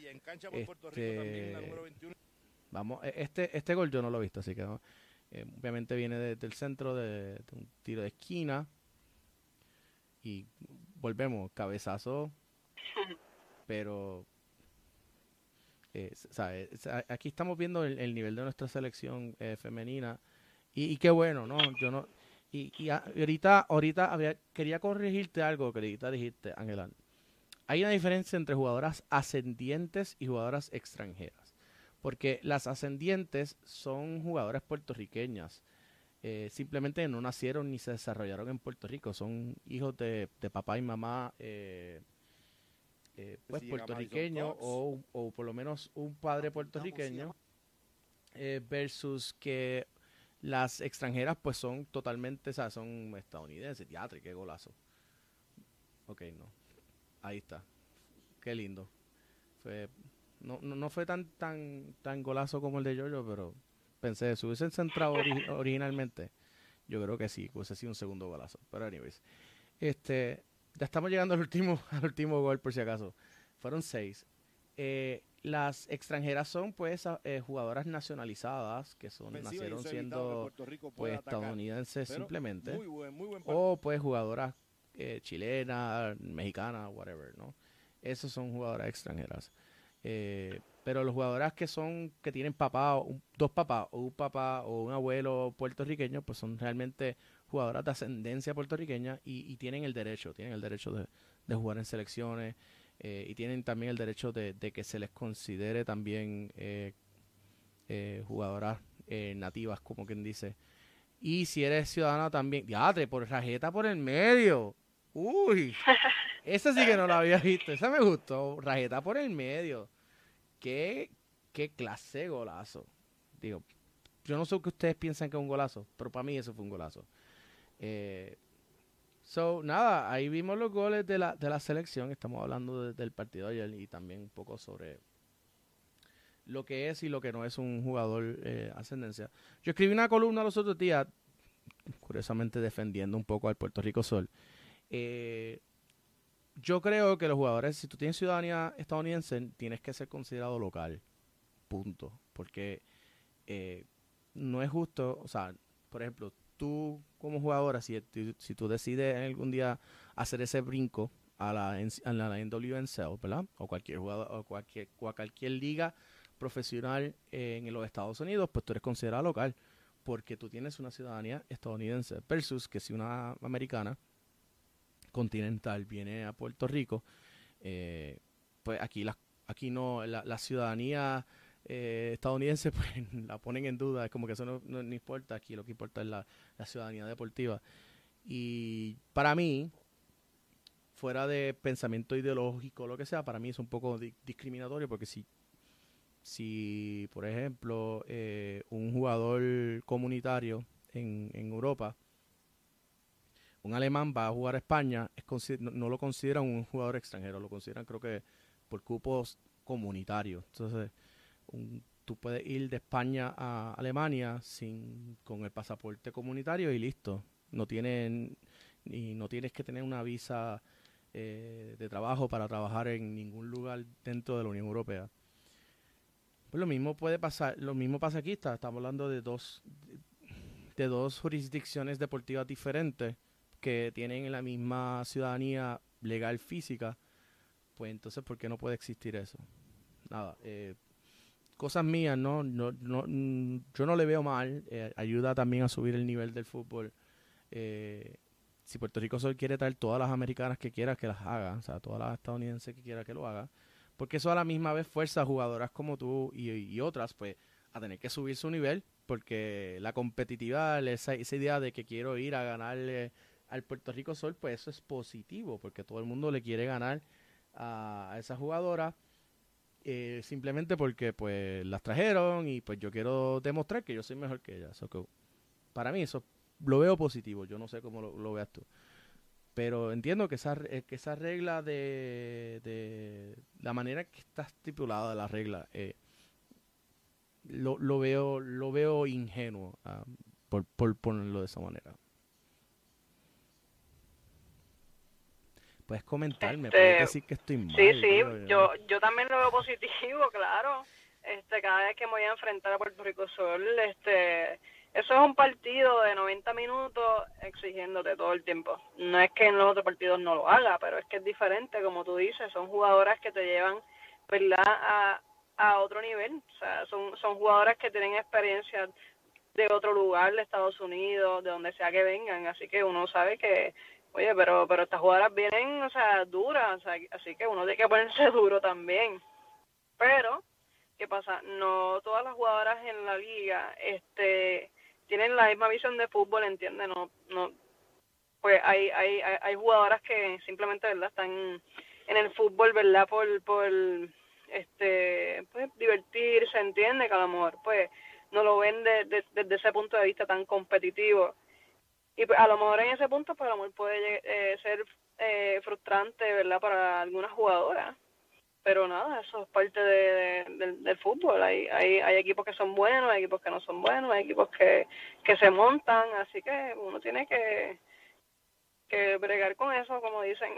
Este, vamos, este, este gol yo no lo he visto, así que no, eh, obviamente viene de, del centro de, de un tiro de esquina y volvemos, cabezazo, pero Eh, ¿sabe? Aquí estamos viendo el, el nivel de nuestra selección eh, femenina y, y qué bueno, ¿no? Yo no y, y a, ahorita ahorita había, quería corregirte algo que ahorita dijiste, Ángela. Hay una diferencia entre jugadoras ascendientes y jugadoras extranjeras, porque las ascendientes son jugadoras puertorriqueñas. Eh, simplemente no nacieron ni se desarrollaron en Puerto Rico, son hijos de, de papá y mamá eh, Eh, pues si puertorriqueño o, o por lo menos un padre puertorriqueño eh, versus que las extranjeras pues son totalmente, o sea, son estadounidenses. Teatro, qué golazo. Ok, no. Ahí está. Qué lindo. Fue, no, no, no fue tan tan tan golazo como el de Jojo, pero pensé, si hubiesen centrado ori originalmente, yo creo que sí, hubiese sido un segundo golazo. Pero anyways, este, ya estamos llegando al último, al último gol por si acaso. Fueron seis. Eh, las extranjeras son pues eh, jugadoras nacionalizadas que son nacieron siendo pues estadounidenses simplemente, muy buen, muy buen o pues jugadoras eh, chilenas, mexicanas, whatever, ¿no? Esos son jugadoras extranjeras. Eh, pero los jugadores que son, que tienen papá, o un- dos papás, o un papá, o un abuelo puertorriqueño, pues son realmente jugadoras de ascendencia puertorriqueña y, y tienen el derecho, tienen el derecho de, de jugar en selecciones eh, y tienen también el derecho de, de que se les considere también eh, eh, jugadoras eh, nativas, como quien dice. Y si eres ciudadana también, diatre, por rajeta por el medio. Uy, esa sí que no la había visto, esa me gustó, rajeta por el medio. ¿Qué, qué clase de golazo? Digo, yo no sé qué ustedes piensan que es un golazo, pero para mí eso fue un golazo. Eh, so, nada, ahí vimos los goles de la, de la selección. Estamos hablando de- del partido de ayer y también un poco sobre lo que es y lo que no es un jugador eh, ascendencia. Yo escribí una columna los otros días, curiosamente defendiendo un poco al Puerto Rico Sol. Eh, yo creo que los jugadores, si tú tienes ciudadanía estadounidense, tienes que ser considerado local, punto. Porque eh, no es justo, o sea, por ejemplo, tú como jugadora, si, tú- si tú decides algún día hacer ese brinco a la, N- a la N W N S L, ¿verdad? O cualquier jugador, o cualquier, o a cualquier liga profesional eh, en los Estados Unidos, pues tú eres considerado local, porque tú tienes una ciudadanía estadounidense, versus que si una americana continental viene a Puerto Rico, eh, pues aquí la, aquí no, la, la ciudadanía eh, estadounidense pues la ponen en duda, es como que eso no, no, no importa, aquí lo que importa es la, la ciudadanía deportiva. Y para mí, fuera de pensamiento ideológico o lo que sea, para mí es un poco di- discriminatorio porque si, si por ejemplo, eh, un jugador comunitario en, en Europa, un alemán va a jugar a España, es consi- no, no lo consideran un jugador extranjero, lo consideran creo que por cupos comunitarios. Entonces, un- tú puedes ir de España a Alemania sin con el pasaporte comunitario y listo. No tienen y no tienes que tener una visa eh, de trabajo para trabajar en ningún lugar dentro de la Unión Europea. Pues lo mismo puede pasar, lo mismo pasa aquí, está- estamos hablando de dos de dos jurisdicciones deportivas diferentes que tienen la misma ciudadanía legal física, pues entonces ¿por qué no puede existir eso? Nada, eh, cosas mías, ¿no? No, no, mm, yo no le veo mal, eh, ayuda también a subir el nivel del fútbol. Eh, si Puerto Rico solo quiere traer todas las americanas que quiera, que las haga, o sea, todas las estadounidenses que quiera que lo haga, porque eso a la misma vez fuerza a jugadoras como tú y, y otras, pues, a tener que subir su nivel, porque la competitividad, esa, esa idea de que quiero ir a ganarle al Puerto Rico Sol, pues eso es positivo, porque todo el mundo le quiere ganar a, a esa jugadora eh, simplemente porque pues las trajeron y pues yo quiero demostrar que yo soy mejor que ellas. So que para mí eso lo veo positivo, yo no sé cómo lo, lo veas tú. Pero entiendo que esa, re- eh, que esa regla de, de la manera que está estipulada la regla, eh, lo, lo veo lo veo ingenuo, ah, por, por ponerlo de esa manera. Puedes comentarme, puedes
Este,
decir que estoy
sí,
mal,
sí,
digo yo.
yo, yo también lo veo positivo, claro. Este, cada vez que me voy a enfrentar a Puerto Rico Sol, este, eso es un partido de noventa minutos exigiéndote todo el tiempo. No es que en los otros partidos no lo haga, pero es que es diferente, como tú dices, son jugadoras que te llevan, ¿verdad?, a, a otro nivel. O sea, son, son jugadoras que tienen experiencia de otro lugar, de Estados Unidos, de donde sea que vengan, así que uno sabe que, oye, pero pero estas jugadoras vienen, o sea, duras, o sea, así que uno tiene que ponerse duro también. Pero, ¿qué pasa? No todas las jugadoras en la liga este tienen la misma visión de fútbol, ¿entiendes? No no pues hay hay hay, hay jugadoras que simplemente, ¿verdad?, están en el fútbol, ¿verdad?, por por este pues divertirse, ¿entiende? Que a lo mejor pues no lo ven de, de, desde ese punto de vista tan competitivo y pues, a lo mejor en ese punto pues a lo mejor puede eh, ser eh, frustrante, ¿verdad?, para algunas jugadoras, pero nada, eso es parte de, de, del, del fútbol. Hay, hay hay equipos que son buenos, hay equipos que no son buenos, hay equipos que que se montan, así que uno tiene que que bregar con eso, como dicen.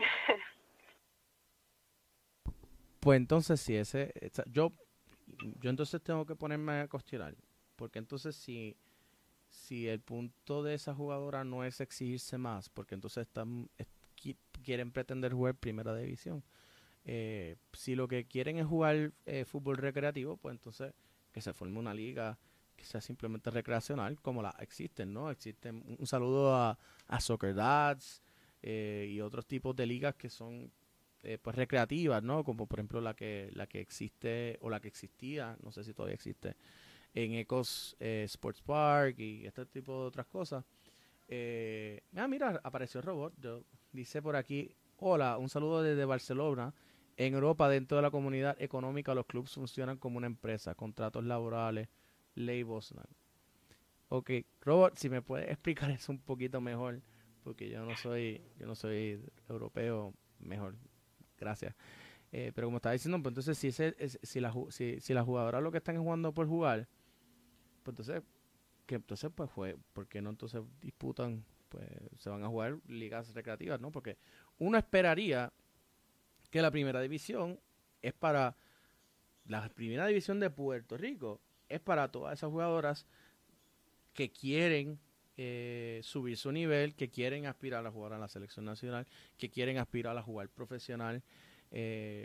Pues entonces si ese, esa- yo yo entonces tengo que ponerme a cuestionar, porque entonces si si el punto de esa jugadora no es exigirse más, porque entonces están es- qui- quieren pretender jugar primera división, Eh, si lo que quieren es jugar eh, fútbol recreativo, pues entonces que se forme una liga que sea simplemente recreacional, como la existen, ¿no? Existen un, un saludo a, a Soccer Dads eh, y otros tipos de ligas que son eh, pues recreativas, ¿no? Como por ejemplo la que la que existe o la que existía, no sé si todavía existe, en Ecos eh, Sports Park y este tipo de otras cosas. Eh, ah, mira, apareció el robot. Yo, dice por aquí, hola, un saludo desde Barcelona. En Europa, dentro de la comunidad económica, los clubes funcionan como una empresa, contratos laborales, ley Bosnan. Ok, Robert, si me puedes explicar eso un poquito mejor, porque yo no soy, yo no soy europeo, mejor, gracias. Eh, pero como estaba diciendo, pues entonces si, ese, es, si, la, si, si las jugadoras lo que están jugando por jugar, pues entonces, que entonces pues fue, ¿por qué no entonces disputan? Pues se van a jugar ligas recreativas, ¿no? Porque uno esperaría que la primera división es para, la primera división de Puerto Rico es para todas esas jugadoras que quieren eh, subir su nivel, que quieren aspirar a jugar a la selección nacional, que quieren aspirar a jugar profesional. Eh,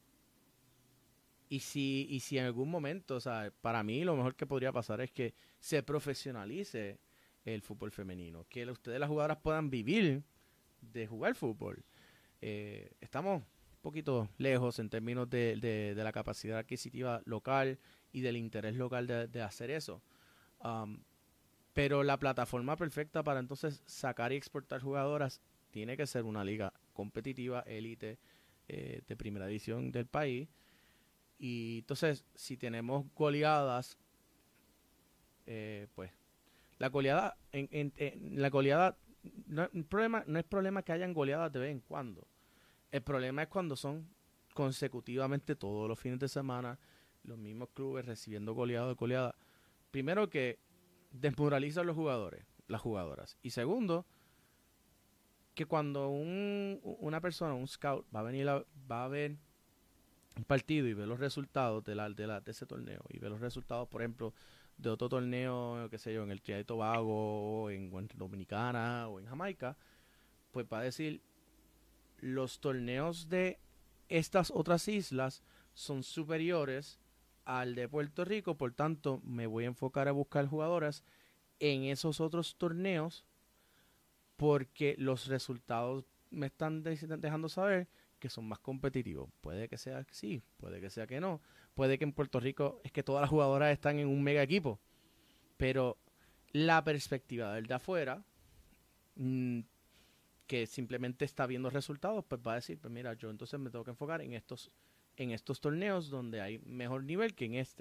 y, si, y si en algún momento, o sea, para mí lo mejor que podría pasar es que se profesionalice el fútbol femenino, que ustedes las jugadoras puedan vivir de jugar fútbol. Eh, estamos un poquito lejos en términos de, de, de la capacidad adquisitiva local y del interés local de, de hacer eso. Um, pero la plataforma perfecta para entonces sacar y exportar jugadoras tiene que ser una liga competitiva, élite, eh, de primera división del país. Y entonces, si tenemos goleadas, eh, pues la goleada, en, en, en la goleada, no, el problema, no es problema que hayan goleadas de vez en cuando. El problema es cuando son consecutivamente todos los fines de semana los mismos clubes recibiendo goleadas de goleadas. Primero que desmoralizan los jugadores, las jugadoras. Y segundo, que cuando un, una persona, un scout, va a venir a, va a ver un partido y ve los resultados de, la, de, la, de ese torneo y ve los resultados, por ejemplo, de otro torneo, qué sé yo, en el Trinidad y Tobago, en, en Dominicana o en Jamaica, pues va a decir, los torneos de estas otras islas son superiores al de Puerto Rico, por tanto me voy a enfocar a buscar jugadoras en esos otros torneos porque los resultados me están dejando saber que son más competitivos. Puede que sea que sí, puede que sea que no. Puede que en Puerto Rico es que todas las jugadoras están en un mega equipo. Pero la perspectiva del de afuera, mmm, que simplemente está viendo resultados, pues va a decir, pues mira, yo entonces me tengo que enfocar en estos, en estos torneos donde hay mejor nivel que en este.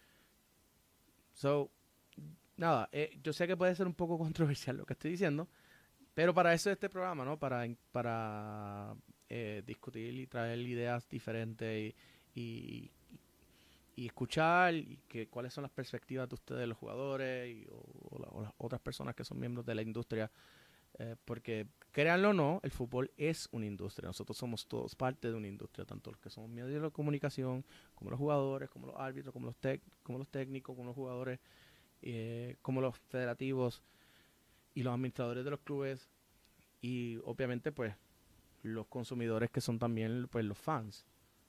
So, nada, eh, yo sé que puede ser un poco controversial lo que estoy diciendo, pero para eso es este programa, ¿no? Para, para eh, discutir y traer ideas diferentes y, y, y escuchar y que, cuáles son las perspectivas de ustedes, los jugadores y, o, o, la, o las otras personas que son miembros de la industria. Eh, porque, créanlo o no, el fútbol es una industria. Nosotros somos todos parte de una industria, tanto los que somos medios de comunicación, como los jugadores, como los árbitros, como los, tec como los técnicos, como los jugadores, eh, como los federativos y los administradores de los clubes y obviamente pues los consumidores que son también pues los fans.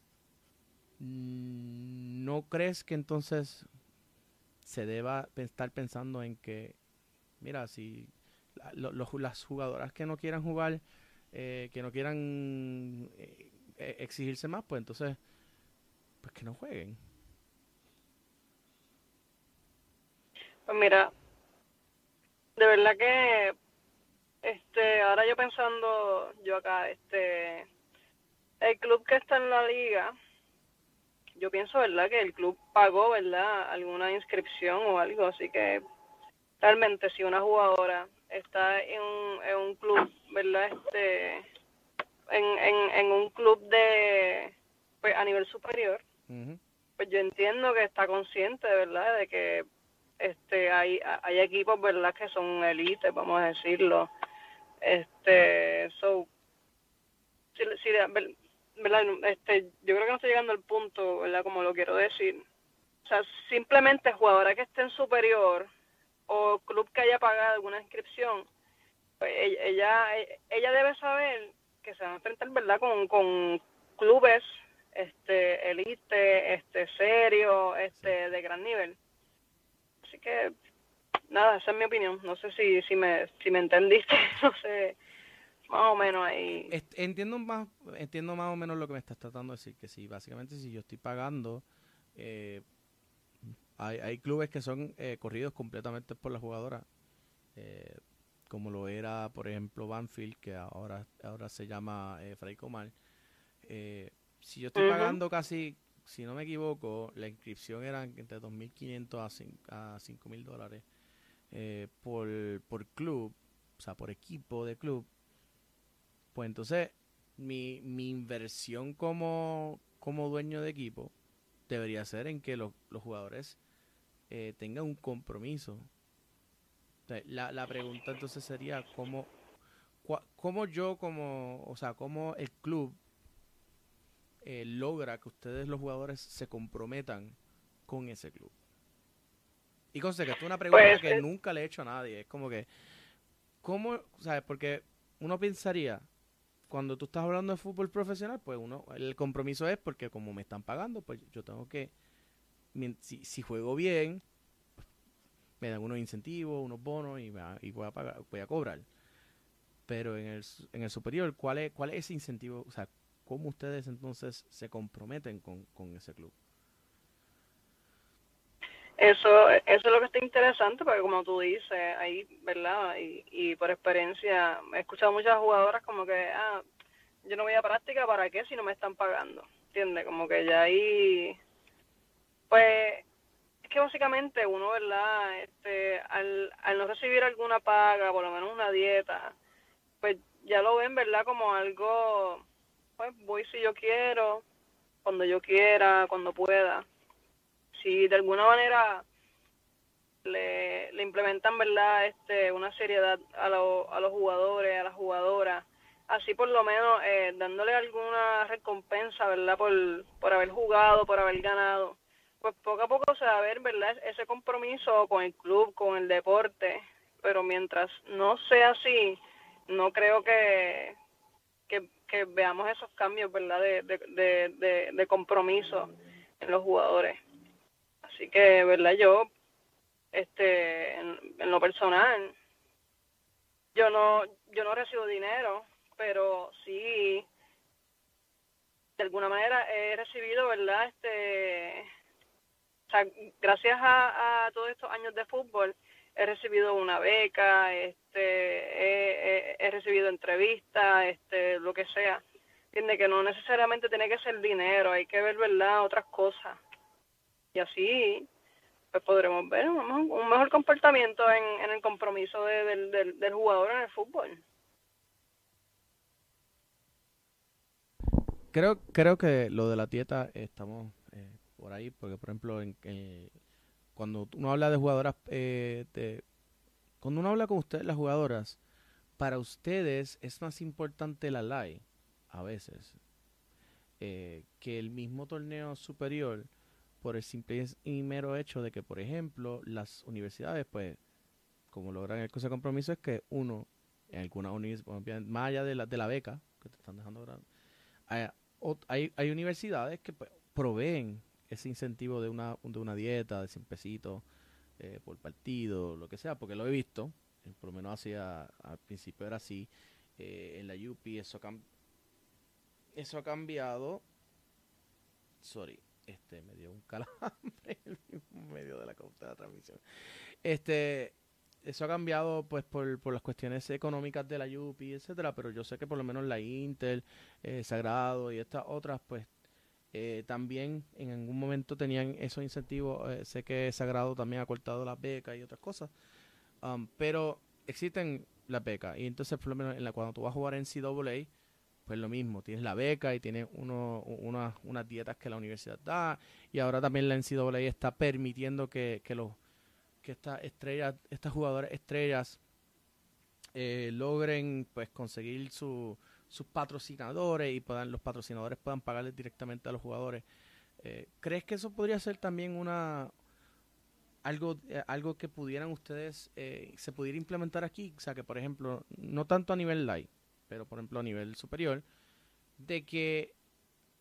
¿No crees que entonces se deba estar pensando en que mira, si la, lo, lo, las jugadoras que no quieran jugar, eh, que no quieran eh, exigirse más, pues entonces pues que no jueguen?
Pues mira, de verdad que este ahora yo pensando yo acá, este el club que está en la liga, yo pienso, ¿verdad?, que el club pagó, ¿verdad?, alguna inscripción o algo, así que realmente si una jugadora está en un, en un club, ¿verdad?, este en, en, en un club de pues a nivel superior, uh-huh. Pues yo entiendo que está consciente, ¿verdad?, de que este hay hay equipos, ¿verdad?, que son élites, vamos a decirlo. Este, so si, si ¿verdad? Este, yo creo que no estoy llegando al punto, ¿verdad?, como lo quiero decir. O sea, simplemente jugadora que esté en superior o club que haya pagado alguna inscripción, pues ella ella, ella debe saber que se va a enfrentar, ¿verdad?, con, con clubes este elite, este serio, este de gran nivel. Así que nada, esa es mi opinión. No sé si si me si me entendiste, no sé, más o menos ahí.
Entiendo más entiendo más o menos lo que me estás tratando de decir, que sí, básicamente si yo estoy pagando, eh, hay, hay clubes que son eh, corridos completamente por la jugadora, eh, como lo era, por ejemplo, Banfield, que ahora ahora se llama eh, Fray Comal. Eh, si yo estoy
Uh-huh.
pagando casi, si no me equivoco, la inscripción era entre dos mil quinientos a cinco mil dólares eh, por, por club, o sea, por equipo de club, pues entonces mi, mi inversión como, como dueño de equipo debería ser en que los, los jugadores eh, tengan un compromiso. O sea, la, la pregunta entonces sería cómo, cua- cómo yo como, o sea, cómo el club eh, logra que ustedes los jugadores se comprometan con ese club. Y conste que esto es una pregunta
Pues
que
eh,
nunca le he hecho a nadie. Es como que, ¿cómo? ¿Sabes? Porque uno pensaría, cuando tú estás hablando de fútbol profesional, pues uno, el compromiso es porque como me están pagando, pues yo tengo que, si, si juego bien, me dan unos incentivos, unos bonos y, me, y voy a pagar, voy a cobrar. Pero en el, en el superior, ¿cuál es, cuál es ese incentivo? O sea, ¿cómo ustedes entonces se comprometen con, con ese club?
eso eso es lo que está interesante, porque como tú dices, ahí, ¿verdad? Y, y por experiencia he escuchado muchas jugadoras como que, ah, yo no voy a práctica, ¿para qué si no me están pagando? ¿Entiendes? Como que ya ahí, pues, es que básicamente uno, ¿verdad? Este, al, al no recibir alguna paga, por lo menos una dieta, pues ya lo ven, ¿verdad? Como algo, pues voy si yo quiero, cuando yo quiera, cuando pueda. Si de alguna manera le, le implementan, ¿verdad? Este, una seriedad a, lo, a los jugadores, a las jugadoras, así por lo menos eh, dándole alguna recompensa, ¿verdad? Por, por haber jugado, por haber ganado. Pues poco a poco se va a ver, ¿verdad? Ese compromiso con el club, con el deporte, pero mientras no sea así, no creo que, que, que veamos esos cambios, ¿verdad? De, de, de, de, de compromiso en los jugadores. Así que, ¿verdad? Yo este en, en lo personal yo no yo no recibo dinero, pero sí de alguna manera he recibido, verdad, este o sea, gracias a, a todos estos años de fútbol he recibido una beca, este he, he, he recibido entrevistas, este lo que sea. Entiende que no necesariamente tiene que ser dinero, hay que ver, verdad, otras cosas, y así pues podremos ver un, un mejor comportamiento en, en el compromiso de, del, del, del jugador en el fútbol.
Creo, creo que lo de la dieta eh, estamos eh, por ahí, porque por ejemplo, en, eh, cuando uno habla de jugadoras, eh, de, cuando uno habla con ustedes, las jugadoras, para ustedes es más importante la L A I, a veces, eh, que el mismo torneo superior, por el simple y mero hecho de que, por ejemplo, las universidades, pues, como logran el curso de compromiso, es que uno, en algunas universidades, más allá de la, de la beca, que te están dejando ahora, hay, hay, hay universidades que pues, proveen ese incentivo de una, de una dieta de cien pesitos eh, por partido, lo que sea, porque lo he visto, eh, por lo menos hacia, al principio era así, eh, en la U P eso, cam eso ha cambiado, sorry, este me dio un calambre en el mismo medio de la, de la transmisión, este, eso ha cambiado pues por, por las cuestiones económicas de la U P, etcétera, pero yo sé que por lo menos la Intel, eh, Sagrado y estas otras pues eh, también en algún momento tenían esos incentivos. Eh, sé que Sagrado también ha cortado las becas y otras cosas, um, pero existen las becas y entonces por lo menos en la, cuando tú vas a jugar en N C A A, pues lo mismo, tienes la beca y tienes uno, una, unas dietas que la universidad da, y ahora también la N C A A está permitiendo que, que los que estas estrellas, estas jugadoras estrellas eh, logren pues conseguir su, sus patrocinadores y puedan, los patrocinadores puedan pagarles directamente a los jugadores. Eh, ¿Crees que eso podría ser también una algo eh, algo que pudieran ustedes eh, se pudiera implementar aquí? O sea, que por ejemplo, no tanto a nivel light, pero por ejemplo a nivel superior, de que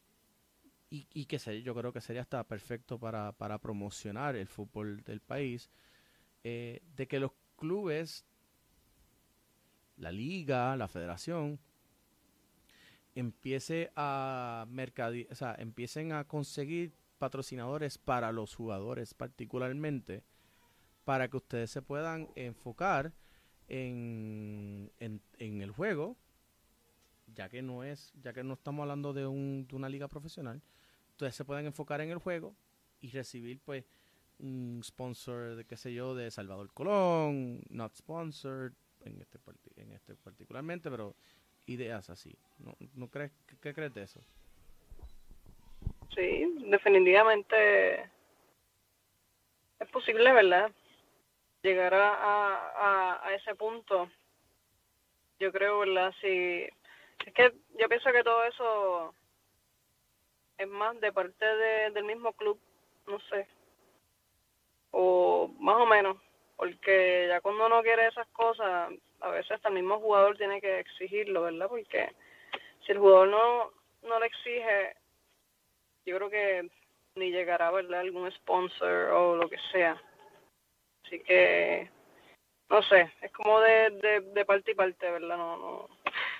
y, y que sé, yo creo que sería hasta perfecto para, para promocionar el fútbol del país, eh, de que los clubes, la liga, la federación, empiece a mercadi o sea, empiecen a conseguir patrocinadores para los jugadores particularmente, para que ustedes se puedan enfocar en, en, en el juego, ya que no es, ya que no estamos hablando de, un, de una liga profesional. Ustedes se pueden enfocar en el juego y recibir pues un sponsor de qué sé yo, de Salvador Colón, not sponsored en este en este particularmente, pero ideas así. ¿No, no crees qué, qué crees de eso?
Sí, definitivamente es posible, ¿verdad? Llegar a, a, a ese punto. Yo creo, ¿verdad? Si es que yo pienso que todo eso es más de parte de, del mismo club, no sé, o más o menos, porque ya cuando uno quiere esas cosas, a veces hasta el mismo jugador tiene que exigirlo, ¿verdad? Porque si el jugador no, no le exige, yo creo que ni llegará, ¿verdad? Algún sponsor o lo que sea. Así que, no sé, es como de, de, de parte y parte, ¿verdad? No, no,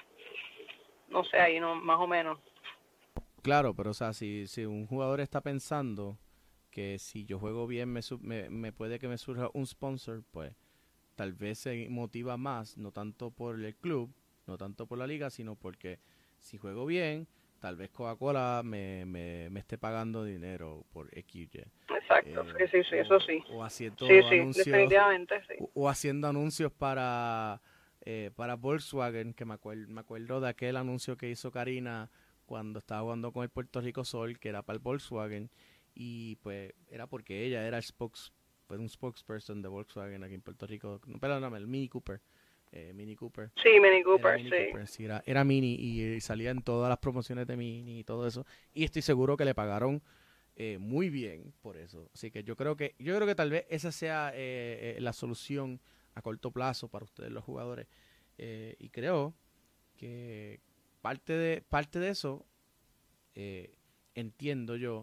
no sé, ahí no, más o menos.
Claro, pero o sea, si, si un jugador está pensando que si yo juego bien me, me, me puede que me surja un sponsor, pues tal vez se motiva más, no tanto por el club, no tanto por la liga, sino porque si juego bien, tal vez Coca-Cola me, me, me esté pagando dinero por X Y.
Exacto,
Eh,
sí, sí, sí, eso
o,
sí.
o
Sí,
haciendo
sí,
anuncios
definitivamente, sí.
o, o haciendo anuncios para eh, para Volkswagen, que me acuerdo, me acuerdo de aquel anuncio que hizo Karina cuando estaba jugando con el Puerto Rico Sol, que era para el Volkswagen, y pues era porque ella era el spokes, pues un spokesperson de Volkswagen aquí en Puerto Rico, no, perdóname, el Mini Cooper, eh, Mini Cooper.
Sí, Mini
Era
Cooper,
Mini
sí.
Cooper, sí, era, era Mini y, y salía en todas las promociones de Mini y todo eso. Y estoy seguro que le pagaron eh, muy bien por eso. Así que yo creo que yo creo que tal vez esa sea eh, eh, la solución a corto plazo para ustedes los jugadores. Eh, y creo que parte de parte de eso eh, entiendo yo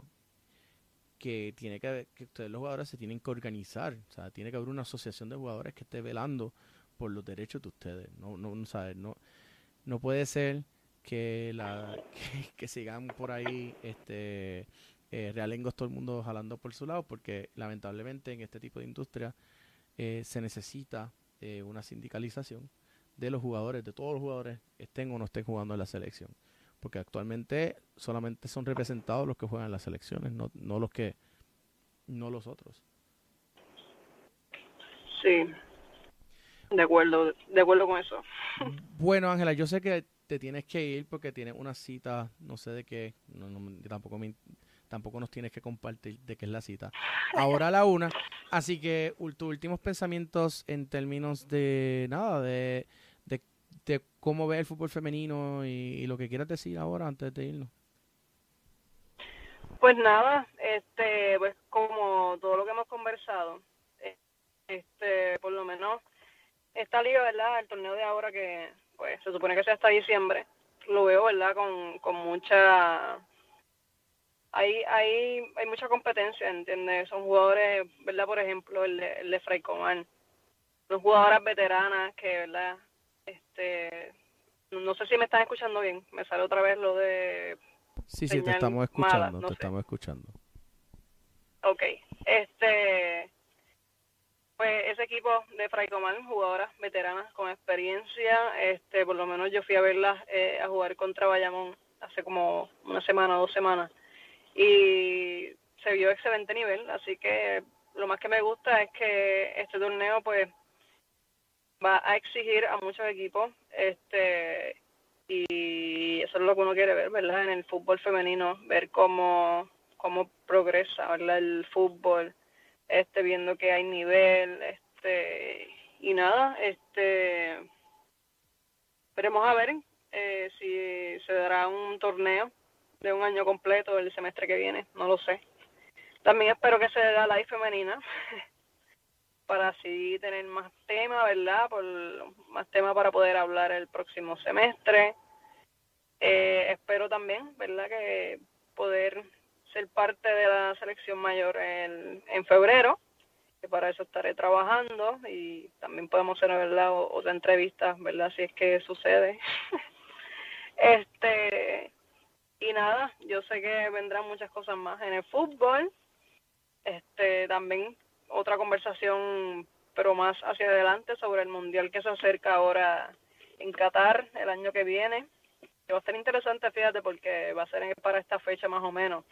que tiene que haber, que ustedes los jugadores se tienen que organizar, o sea, tiene que haber una asociación de jugadores que esté velando por los derechos de ustedes. No no no sabes, no no puede ser que la que, que sigan por ahí este eh, realengos todo el mundo jalando por su lado, porque lamentablemente en este tipo de industria eh, se necesita eh, una sindicalización de los jugadores, de todos los jugadores, estén o no estén jugando en la selección. Porque actualmente solamente son representados los que juegan en las selecciones, no, no los que, no los otros.
Sí, de acuerdo, de acuerdo con eso.
Bueno, Ángela, yo sé que te tienes que ir porque tienes una cita, no sé de qué, no, no, tampoco me, tampoco nos tienes que compartir de qué es la cita. Ahora a la una, así que tus últimos pensamientos en términos de nada, de, de, de cómo ves el fútbol femenino y, y lo que quieras decir ahora antes de irnos.
Pues nada, este, pues como todo lo que hemos conversado, este, por lo menos esta liga, ¿verdad? El torneo de ahora que, pues, se supone que sea hasta diciembre, lo veo, ¿verdad? Con, con mucha, hay, hay, hay mucha competencia, ¿entiendes? Son jugadores, ¿verdad? Por ejemplo, el de, el de Fray Coman, son jugadoras veteranas que, ¿verdad? Este, no sé si me están escuchando bien, me sale otra vez lo de
Sí, sí, te
señal
estamos
mala,
escuchando,
no
te
sé.
estamos escuchando.
Ok, este, pues ese equipo de Fray Coman, jugadoras veteranas con experiencia, este, por lo menos yo fui a verlas eh, a jugar contra Bayamón hace como una semana, dos semanas, y se vio excelente nivel, así que lo más que me gusta es que este torneo pues va a exigir a muchos equipos, este, y eso es lo que uno quiere ver, ¿verdad? En el fútbol femenino, ver cómo, cómo progresa, ¿verdad? El fútbol, este, viendo que hay nivel, este, y nada, este, veremos a ver eh, si se dará un torneo de un año completo el semestre que viene, no lo sé. También espero que se dé la live femenina para así tener más tema, ¿verdad? Por más tema para poder hablar el próximo semestre. Eh, espero también, ¿verdad? Que poder ser parte de la selección mayor en, en febrero, que para eso estaré trabajando, y también podemos hacer, ¿verdad?, otra entrevista, ¿verdad?, si es que sucede. este y nada, yo sé que vendrán muchas cosas más en el fútbol, este también otra conversación, pero más hacia adelante, sobre el mundial que se acerca ahora en Qatar el año que viene, que va a ser interesante, fíjate, porque va a ser para esta fecha más o menos.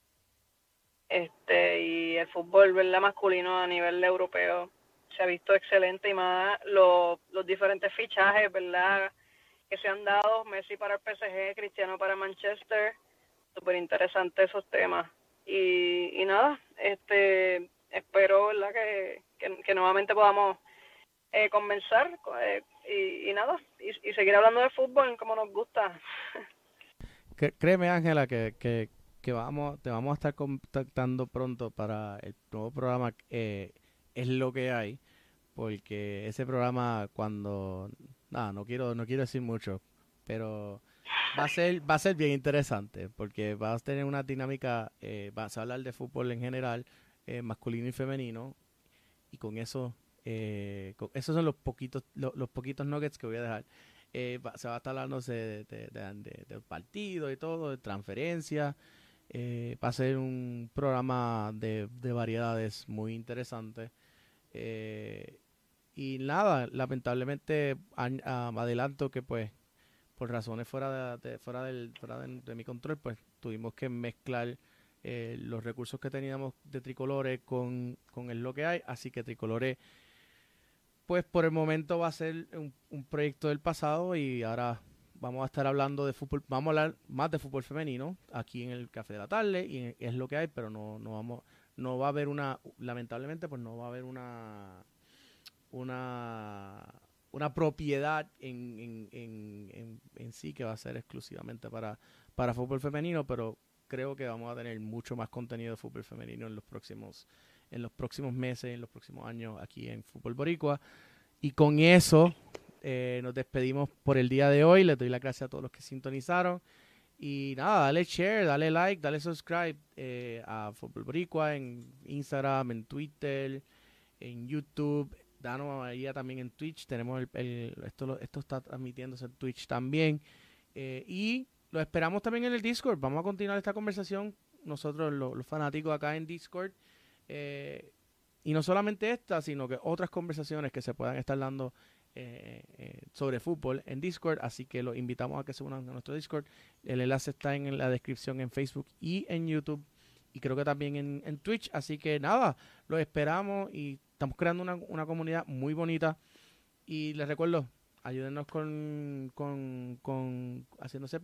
Este y el fútbol, ¿verdad?, masculino a nivel europeo se ha visto excelente, y más los, los diferentes fichajes, ¿verdad?, que se han dado. Messi para el P S G, Cristiano para Manchester, súper interesante esos temas. Y, y nada, este espero, ¿verdad?, que, que, que nuevamente podamos eh, conversar eh, y, y nada, y, y seguir hablando de fútbol como nos gusta.
Créeme, Ángela, que, que, que vamos, te vamos a estar contactando pronto para el nuevo programa, eh, Es lo que hay, porque ese programa, cuando nada, no quiero no quiero decir mucho, pero va a ser va a ser bien interesante, porque va a tener una dinámica, eh, vas a hablar de fútbol en general, eh, masculino y femenino, y con eso eh, con, esos son los poquitos los, los poquitos nuggets que voy a dejar. Eh, va, se va a estar hablando de, de, de, de, de partido y todo, de transferencias. Eh, va a ser un programa de, de variedades muy interesante. Eh, y nada, lamentablemente an, um, adelanto que pues por razones fuera de, de fuera del fuera de, de mi control, pues tuvimos que mezclar eh, los recursos que teníamos de Tricolores con, con el lo que hay, así que Tricolores pues por el momento va a ser un, un proyecto del pasado, y ahora vamos a estar hablando de fútbol, vamos a hablar más de fútbol femenino aquí en el Café de la Tarde, y en, es lo que hay, pero no no vamos no va a haber una, lamentablemente pues no va a haber una una una propiedad en, en, en, en, en sí que va a ser exclusivamente para, para fútbol femenino, pero creo que vamos a tener mucho más contenido de fútbol femenino en los próximos en los próximos meses, en los próximos años aquí en Fútbol Boricua. Y con eso eh, nos despedimos por el día de hoy. Les doy las gracias a todos los que sintonizaron. Y nada, dale share, dale like, dale subscribe eh, a Fútbol Boricua en Instagram, en Twitter, en YouTube. Danos ahí también en Twitch. Tenemos el, el esto, esto está transmitiéndose en Twitch también. Eh, y lo esperamos también en el Discord. Vamos a continuar esta conversación nosotros, los, los fanáticos acá en Discord. Eh, y no solamente esta, sino que otras conversaciones que se puedan estar dando eh, eh, sobre fútbol en Discord. Así que los invitamos a que se unan a nuestro Discord. El enlace está en la descripción en Facebook y en YouTube, y creo que también en, en Twitch. Así que nada, los esperamos, y estamos creando una, una comunidad muy bonita. Y les recuerdo, ayúdenos con, con, con haciéndose